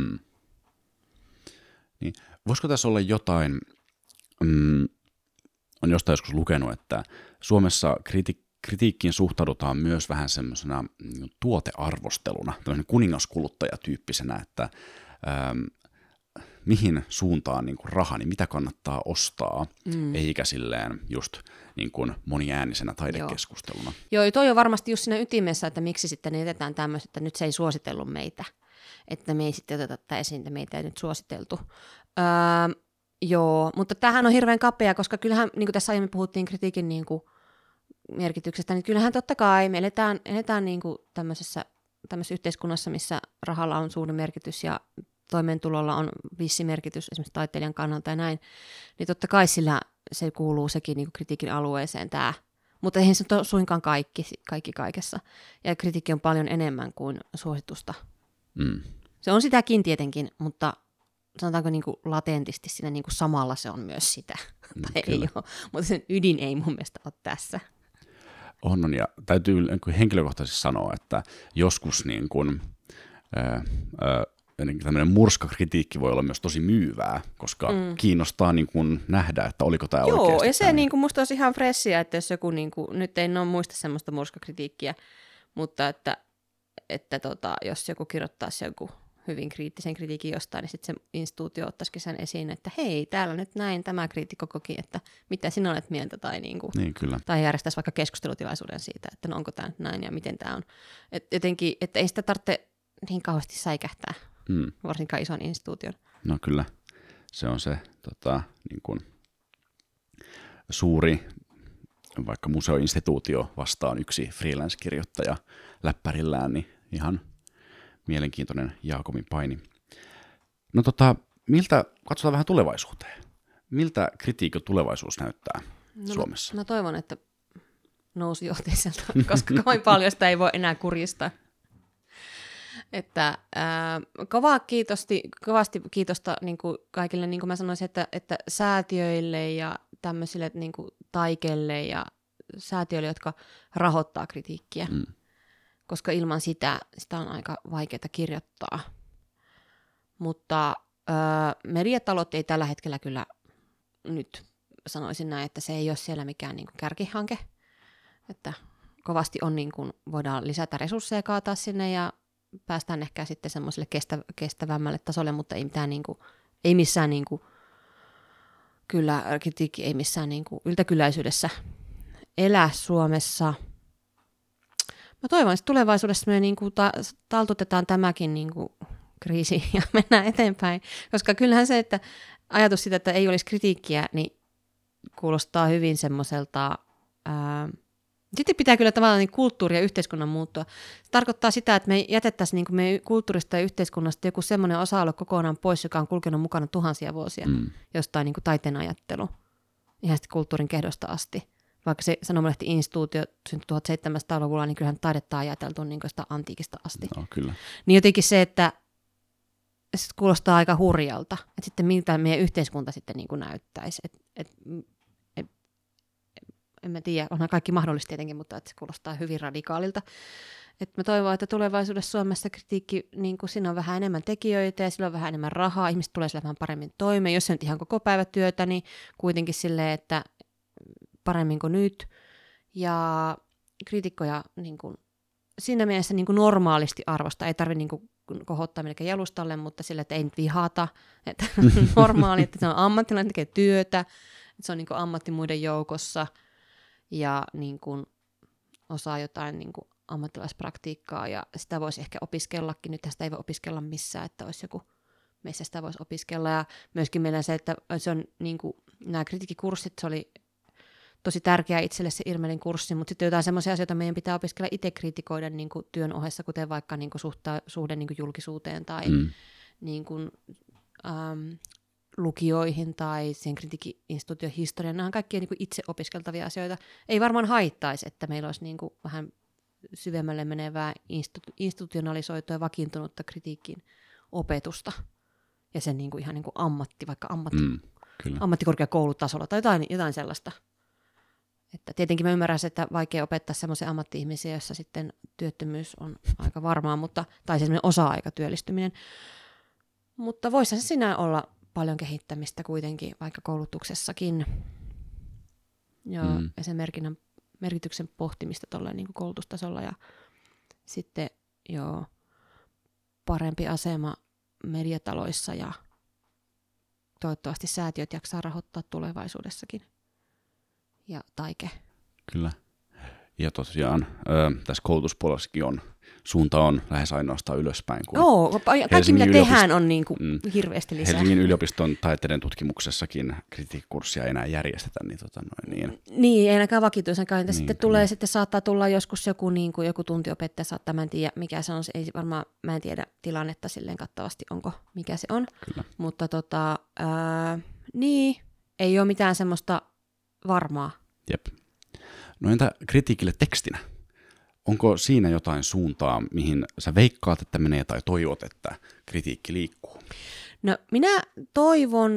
S3: Niin. Voisiko tässä olla jotain, on jostain joskus lukenut, että Suomessa kritiikkiin suhtaudutaan myös vähän semmoisena tuotearvosteluna, tämmöisen kuningaskuluttajatyyppisenä, että mihin suuntaan niin kuin raha, niin mitä kannattaa ostaa, eikä silleen just niin kuin moniäänisenä taidekeskusteluna.
S1: Joo, toi on varmasti just siinä ytimessä, että miksi sitten jätetään tämmöistä, että nyt se ei suositellut meitä, että me ei sitten oteta tätä esiin, että meitä ei nyt suositeltu. Joo, mutta tämähän on hirveän kapea, koska kyllähän, niin kuin tässä aiemmin puhuttiin kritiikin niin kuin merkityksestä, niin kyllähän totta kai me eletään niin kuin tämmöisessä yhteiskunnassa, missä rahalla on suuri merkitys ja toimeentulolla on vissi merkitys esimerkiksi taiteilijan kannalta ja näin, niin totta kai sillä se kuuluu sekin niin kuin kritiikin alueeseen tämä. Mutta eihän se ole suinkaan kaikki kaikessa. Ja kritiikki on paljon enemmän kuin suositusta. Se on sitäkin tietenkin, mutta sanotaanko niin kuin latentisti siinä niin kuin samalla se on myös sitä. Tai ei ole, mutta sen ydin ei mun mielestä ole tässä.
S3: On, ja täytyy henkilökohtaisesti sanoa, että joskus niin kuin, tämmöinen murskakritiikki voi olla myös tosi myyvää, koska kiinnostaa niin kuin nähdä, että oliko tämä oikeasti.
S1: Joo, ja se niin kuin musta olisi ihan fressiä, että jos joku, niin kuin, nyt en ole muista semmoista murskakritiikkiä, mutta että jos joku kirjoittaisi joku hyvin kriittisen kritiikin jostain, niin sitten se instituutio ottaisikin sen esiin, että hei, täällä nyt näin tämä kriitikko koki, että mitä sinä olet mieltä, tai, niin
S3: kyllä.
S1: Tai järjestäisi vaikka keskustelutilaisuuden siitä, että no onko tämä nyt näin ja miten tämä on. Jotenkin, että ei sitä tarvitse niin kauheasti säikähtää, varsinkaan ison instituution.
S3: No kyllä, se on se niin kuin suuri, vaikka museoinstituutio vastaan yksi freelance-kirjoittaja läppärillään, niin ihan mielenkiintoinen Jaakobin paini. No katsotaan vähän tulevaisuuteen. Miltä kritiikin tulevaisuus näyttää Suomessa?
S1: Mä toivon, että nousi johteiselta, koska kovin paljon sitä ei voi enää kurjistaa. Että kovasti kiitosta niin kuin kaikille, niin kuin mä sanoisin, että säätiöille ja tämmöisille niin kuin taikeille ja säätiöille, jotka rahoittaa kritiikkiä, koska ilman sitä on aika vaikeaa kirjoittaa. Mutta mediatalot ei tällä hetkellä kyllä nyt sanoisin näin, että se ei ole siellä mikään niin kuin kärkihanke, että kovasti on niin kuin, voidaan lisätä resursseja kaataa sinne ja päästään ehkä sitten semmoiselle kestävämmälle tasolle, mutta ei mitään niin kuin, ei missään niin kuin, kyllä kritiikki ei missään niin kuin yltäkylläisyydessä elä Suomessa. Mä toivon, että tulevaisuudessa me niin kuin taltutetaan tämäkin niin kuin kriisi ja mennään eteenpäin, koska kyllähän se, että ajatus siitä, että ei olisi kritiikkiä, niin kuulostaa hyvin semmoiselta. Sitten pitää kyllä tavallaan niin kulttuuri ja yhteiskunnan muuttua. Se tarkoittaa sitä, että me jätettäisiin niin kuin me kulttuurista ja yhteiskunnasta joku semmoinen osa-alue kokonaan pois, joka on kulkenut mukana tuhansia vuosia, jostain niin kuin taiteen ajattelu, ihan sitten kulttuurin kehdosta asti. Vaikka se sanomalehti-instituutio syntyi 1700-luvulla, niin kyllähän taidetta on ajateltu niin kuin sitä antiikista asti.
S3: No, kyllä.
S1: Niin jotenkin se, että se kuulostaa aika hurjalta, että sitten miltä meidän yhteiskunta sitten niin kuin näyttäisi. En mä tiedä, onhan kaikki mahdollista tietenkin, mutta että se kuulostaa hyvin radikaalilta. Et mä toivon, että tulevaisuudessa Suomessa kritiikki, niin kuin siinä on vähän enemmän tekijöitä ja sillä on vähän enemmän rahaa, ihmiset tulee sillä vähän paremmin toimeen. Jos se nyt ihan koko päivä työtä, niin kuitenkin silleen, että paremmin kuin nyt. Ja kriitikkoja niin kuin, siinä mielessä niin kuin normaalisti arvosta. Ei tarvitse niin kuin kohottaa melkein jalustalle, mutta sillä, että ei nyt vihata. Että normaali, että se on ammattilainen, tekee työtä, että se on niin kuin ammatti muiden joukossa ja niin kuin osaa jotain niin kuin ammattilaispraktiikkaa ja sitä voisi ehkä opiskellakin. Nyt sitä ei voi opiskella missään, että olisi joku, missä sitä voisi opiskella. Ja myöskin meillä se, että se on niin kuin, nämä kritiikkikurssit, se oli tosi tärkeää itselle se Irmelin kurssi, mutta sitten jotain semmoisia asioita meidän pitää opiskella itse kritikoida niin kuin työn ohessa, kuten vaikka niin kuin suhde niin kuin julkisuuteen tai niin kuin, lukioihin tai sen kritiikki-instituution historiaan. Nämä on kaikkia niin kuin itse opiskeltavia asioita. Ei varmaan haittaisi, että meillä olisi niin kuin vähän syvemmälle menevää institutionalisoitua ja vakiintunutta kritiikin opetusta ja sen niin kuin ihan niin kuin vaikka ammattikorkeakoulutasolla tai jotain sellaista. Että tietenkin mä ymmärrän, että vaikea opettaa semmoisia ammatti-ihmisiä, joissa sitten työttömyys on aika varmaa, tai semmoinen osa-aikatyöllistyminen. Mutta voisihan se sinä olla paljon kehittämistä kuitenkin, vaikka koulutuksessakin. Ja sen merkityksen pohtimista tuolla niin kuin koulutustasolla ja sitten parempi asema mediataloissa ja toivottavasti säätiöt jaksaa rahoittaa tulevaisuudessakin. Ja taike.
S3: Kyllä. Ja tosiaan tässä koulutuspuolessakin suunta on lähes ainoastaan ylöspäin.
S1: Joo, kaikki mitä tehdään on niin kuin hirveästi lisää.
S3: Helsingin yliopiston taiteiden tutkimuksessakin kritiikkikurssia ei enää järjestetä.
S1: Niin, ei ainakaan vakituisenkaan.
S3: Niin,
S1: sitten tulee, saattaa tulla joskus joku tuntiopettaja, saattaa, mä en tiedä mikä se on. Ei varmaan, mä en tiedä tilannetta silleen kattavasti, mikä se on.
S3: Kyllä.
S1: Mutta niin, ei ole mitään semmoista varmaa.
S3: Jep. No entä kritiikille tekstinä? Onko siinä jotain suuntaa, mihin sä veikkaat, että menee tai toivot, että kritiikki liikkuu?
S1: No minä toivon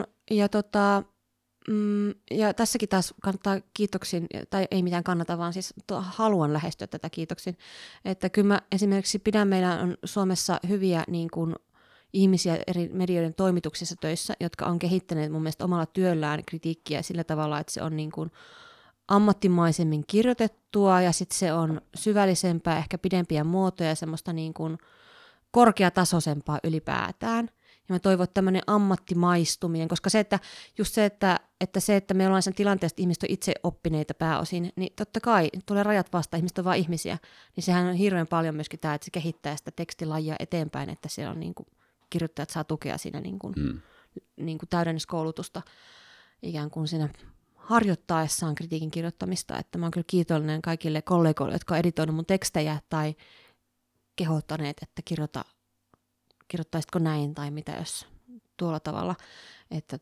S1: ja tässäkin taas kannattaa kiitoksin, tai ei mitään kannata, vaan siis haluan lähestyä tätä kiitoksin, että kyllä mä esimerkiksi meillä on Suomessa hyviä niin kuin ihmisiä eri medioiden toimituksissa töissä, jotka on kehittäneet mun mielestä omalla työllään kritiikkiä sillä tavalla, että se on niin kuin ammattimaisemmin kirjoitettua ja sitten se on syvällisempää, ehkä pidempiä muotoja ja semmoista niin kuin korkeatasoisempaa ylipäätään. Ja mä toivon, että tämmöinen ammattimaistuminen, koska että me ollaan sen tilanteessa, että ihmiset on itse oppineita pääosin, niin totta kai tulee rajat vastaan, ihmiset on vaan ihmisiä, niin sehän on hirveän paljon myöskin tämä, että se kehittää sitä tekstilajia eteenpäin, että siellä on niin kuin kirjoittajat saa tukea siinä niin kuin täydennyskoulutusta ikään kuin siinä harjoittaessaan kritiikin kirjoittamista, että mä oon kyllä kiitollinen kaikille kollegoille, jotka on editoinut mun tekstejä tai kehottaneet, että kirjoittaisitko näin tai mitä jos tuolla tavalla. Että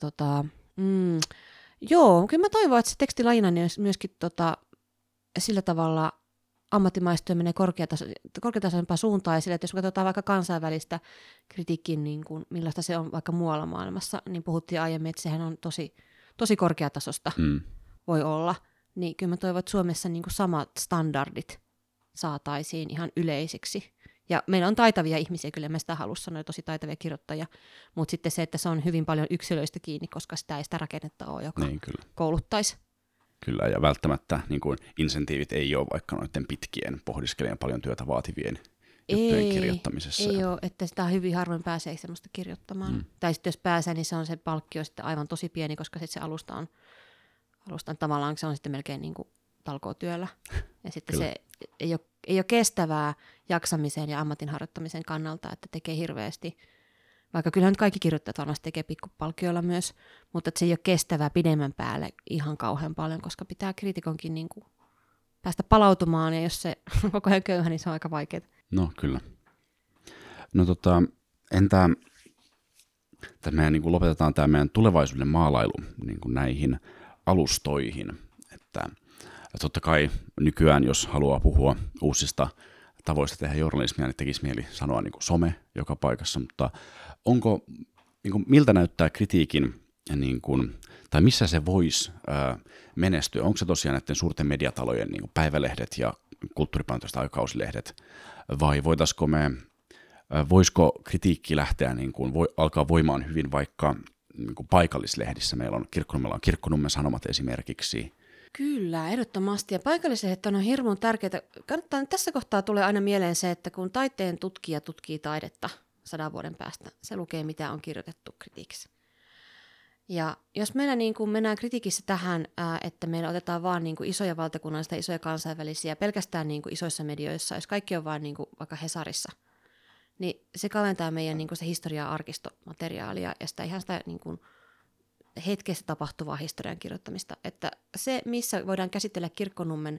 S1: joo, kyllä mä toivon, että se tekstilajina myöskin sillä tavalla ammattimaistyö menee korkeatasoisempaan suuntaan, ja sillä, että jos katsotaan vaikka kansainvälistä kritiikin, niin kuin, millaista se on vaikka muualla maailmassa, niin puhuttiin aiemmin, että sehän on tosi korkeatasosta voi olla, niin kyllä mä toivon, että Suomessa niin kuin samat standardit saataisiin ihan yleisiksi. Ja meillä on taitavia ihmisiä, kyllä mä sitä halua sanoa, tosi taitavia kirjoittajia, mutta sitten se, että se on hyvin paljon yksilöistä kiinni, koska sitä ei sitä rakennetta ole, joka kouluttaisi.
S3: Kyllä, ja välttämättä niin kuin insentiivit ei ole vaikka noiden pitkien pohdiskelijan paljon työtä vaativien juttujen kirjoittamisessa.
S1: Ei ole, että sitä hyvin harvoin pääsee semmoista kirjoittamaan. Tai sitten jos pääsee, niin se on se palkkio sitten aivan tosi pieni, koska sitten se alustaan tavallaan se on sitten melkein niin kuin talkootyöllä. Ja sitten se ei ole kestävää jaksamisen ja ammatin harjoittamisen kannalta, että tekee hirveästi. Vaikka kyllähän nyt kaikki kirjoittajat varmasti tekee pikkupalkkioilla myös, mutta se ei ole kestävää pidemmän päälle ihan kauhean paljon, koska pitää kriitikonkin niin kuin päästä palautumaan, ja jos se on koko ajan köyhä, niin se on aika vaikeaa.
S3: No kyllä. No entä meidän, niin kuin lopetetaan tämä meidän tulevaisuuden maalailu niin kuin näihin alustoihin, että totta kai nykyään, jos haluaa puhua uusista tavoista tehdä journalismia, niin tekisi mieli sanoa niin kuin some joka paikassa, mutta niin kuin, miltä näyttää kritiikin, niin kuin, tai missä se voisi menestyä? Onko se tosiaan näiden suurten mediatalojen niin kuin päivälehdet ja kulttuuripainotusta aikakausilehdet, vai voisiko kritiikki lähteä, niin kuin, alkaa voimaan hyvin vaikka niin kuin paikallislehdissä? Meillä on Kirkkonummen Sanomat esimerkiksi.
S1: Kyllä, ehdottomasti. Ja paikallislehdet on hirveän tärkeää. Tässä kohtaa tulee aina mieleen se, että kun taiteen tutkija tutkii taidetta 100 vuoden päästä, se lukee, mitä on kirjoitettu kritiikissä. Ja jos meillä niin kuin mennään kritiikissä tähän, että meillä otetaan vaan niin kuin isoja valtakunnallisia, isoja kansainvälisiä, pelkästään niin kuin isoissa medioissa, jos kaikki on vaan niin kuin vaikka Hesarissa, niin se kaventaa meidän niin kuin se historia-arkistomateriaalia ja sitä ihan sitä niin kuin hetkessä tapahtuvaa historian kirjoittamista. Että se, missä voidaan käsitellä Kirkkonummen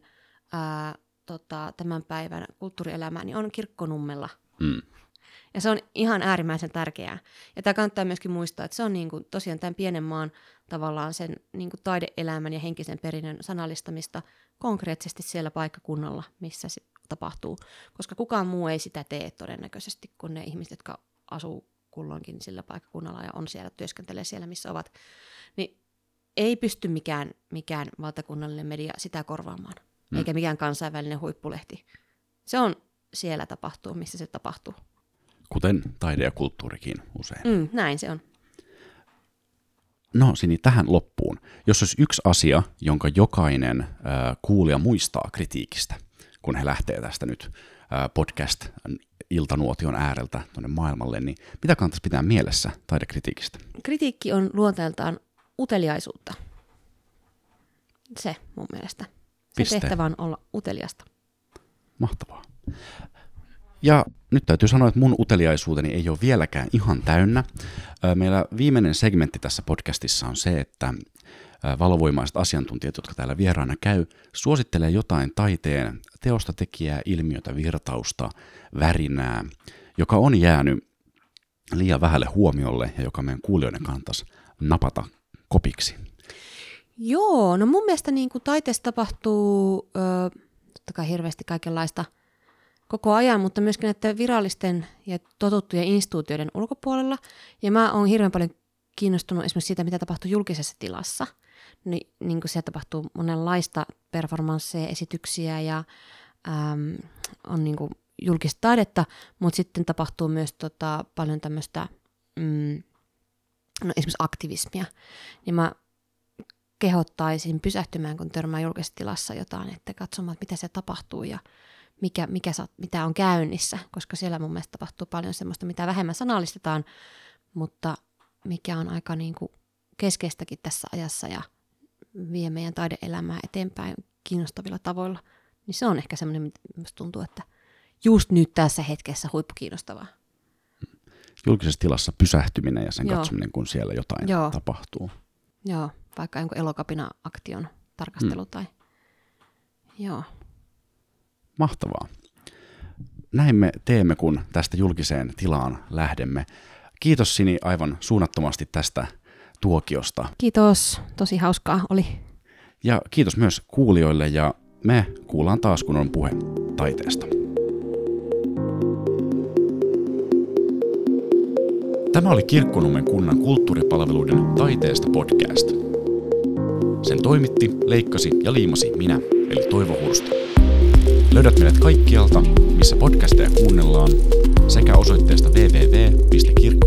S1: tämän päivän kulttuurielämää, niin on Kirkkonummella. Ja se on ihan äärimmäisen tärkeää. Ja tämä kannattaa myöskin muistaa, että se on niin kuin tosiaan tämän pienen maan tavallaan sen niin kuin taideelämän ja henkisen perinnön sanallistamista konkreettisesti siellä paikkakunnalla, missä se tapahtuu. Koska kukaan muu ei sitä tee todennäköisesti kuin ne ihmiset, jotka asuu kulloinkin sillä paikkakunnalla ja on siellä, työskentelee siellä, missä ovat. Niin ei pysty mikään valtakunnallinen media sitä korvaamaan, eikä mikään kansainvälinen huippulehti. Se on siellä tapahtuu, missä se tapahtuu.
S3: Kuten taide ja kulttuurikin usein.
S1: Näin se on.
S3: No Sini, tähän loppuun. Jos olisi yksi asia, jonka jokainen kuulija muistaa kritiikistä, kun he lähtee tästä nyt podcast-iltanuotion ääreltä tuonne maailmalle, niin mitä kannattaisi pitää mielessä taidekritiikistä?
S1: Kritiikki on luonteeltaan uteliaisuutta. Se mun mielestä. Se tehtävä on olla uteliasta.
S3: Mahtavaa. Ja nyt täytyy sanoa, että mun uteliaisuuteni ei ole vieläkään ihan täynnä. Meillä viimeinen segmentti tässä podcastissa on se, että valovoimaiset asiantuntijat, jotka täällä vieraana käy, suosittelee jotain taiteen teosta, tekijää, ilmiötä, virtausta, värinää, joka on jäänyt liian vähälle huomiolle ja joka meidän kuulijoiden kannattaisi napata kopiksi.
S1: Joo, no mun mielestä niin kuin taiteessa tapahtuu totta kai hirveästi kaikenlaista koko ajan, mutta myöskin näiden virallisten ja totuttujen instituutioiden ulkopuolella. Ja mä oon hirveän paljon kiinnostunut esimerkiksi siitä, mitä tapahtuu julkisessa tilassa. Niin kuin siellä tapahtuu monenlaista performansseja, esityksiä ja on niin kuin julkista taidetta, mutta sitten tapahtuu myös paljon tämmöistä esimerkiksi aktivismia. Niin mä kehottaisin pysähtymään, kun törmää julkisessa tilassa jotain, että katsomaan, mitä se tapahtuu ja mitä on käynnissä, koska siellä mun mielestä tapahtuu paljon semmoista, mitä vähemmän sanallistetaan, mutta mikä on aika niin kuin keskeistäkin tässä ajassa ja vie meidän taideelämää eteenpäin kiinnostavilla tavoilla, niin se on ehkä semmoinen, mistä tuntuu, että just nyt tässä hetkessä huippukiinnostavaa.
S3: Julkisessa tilassa pysähtyminen ja sen katsominen, kun siellä jotain tapahtuu.
S1: Joo, vaikka jonkun elokapina-aktion tarkastelu tai joo.
S3: Mahtavaa. Näin me teemme, kun tästä julkiseen tilaan lähdemme. Kiitos Sini aivan suunnattomasti tästä tuokiosta.
S1: Kiitos, tosi hauskaa oli.
S3: Ja kiitos myös kuulijoille ja me kuullaan taas, kun on puhe. taiteesta.
S2: Tämä oli Kirkkonummen kunnan kulttuuripalveluiden Taiteesta podcast. Sen toimitti, leikkasi ja liimasi minä, eli Toivo Hursti. Löydät meidät kaikkialta, missä podcasteja kuunnellaan, sekä osoitteesta www.kirkkonummi.fi.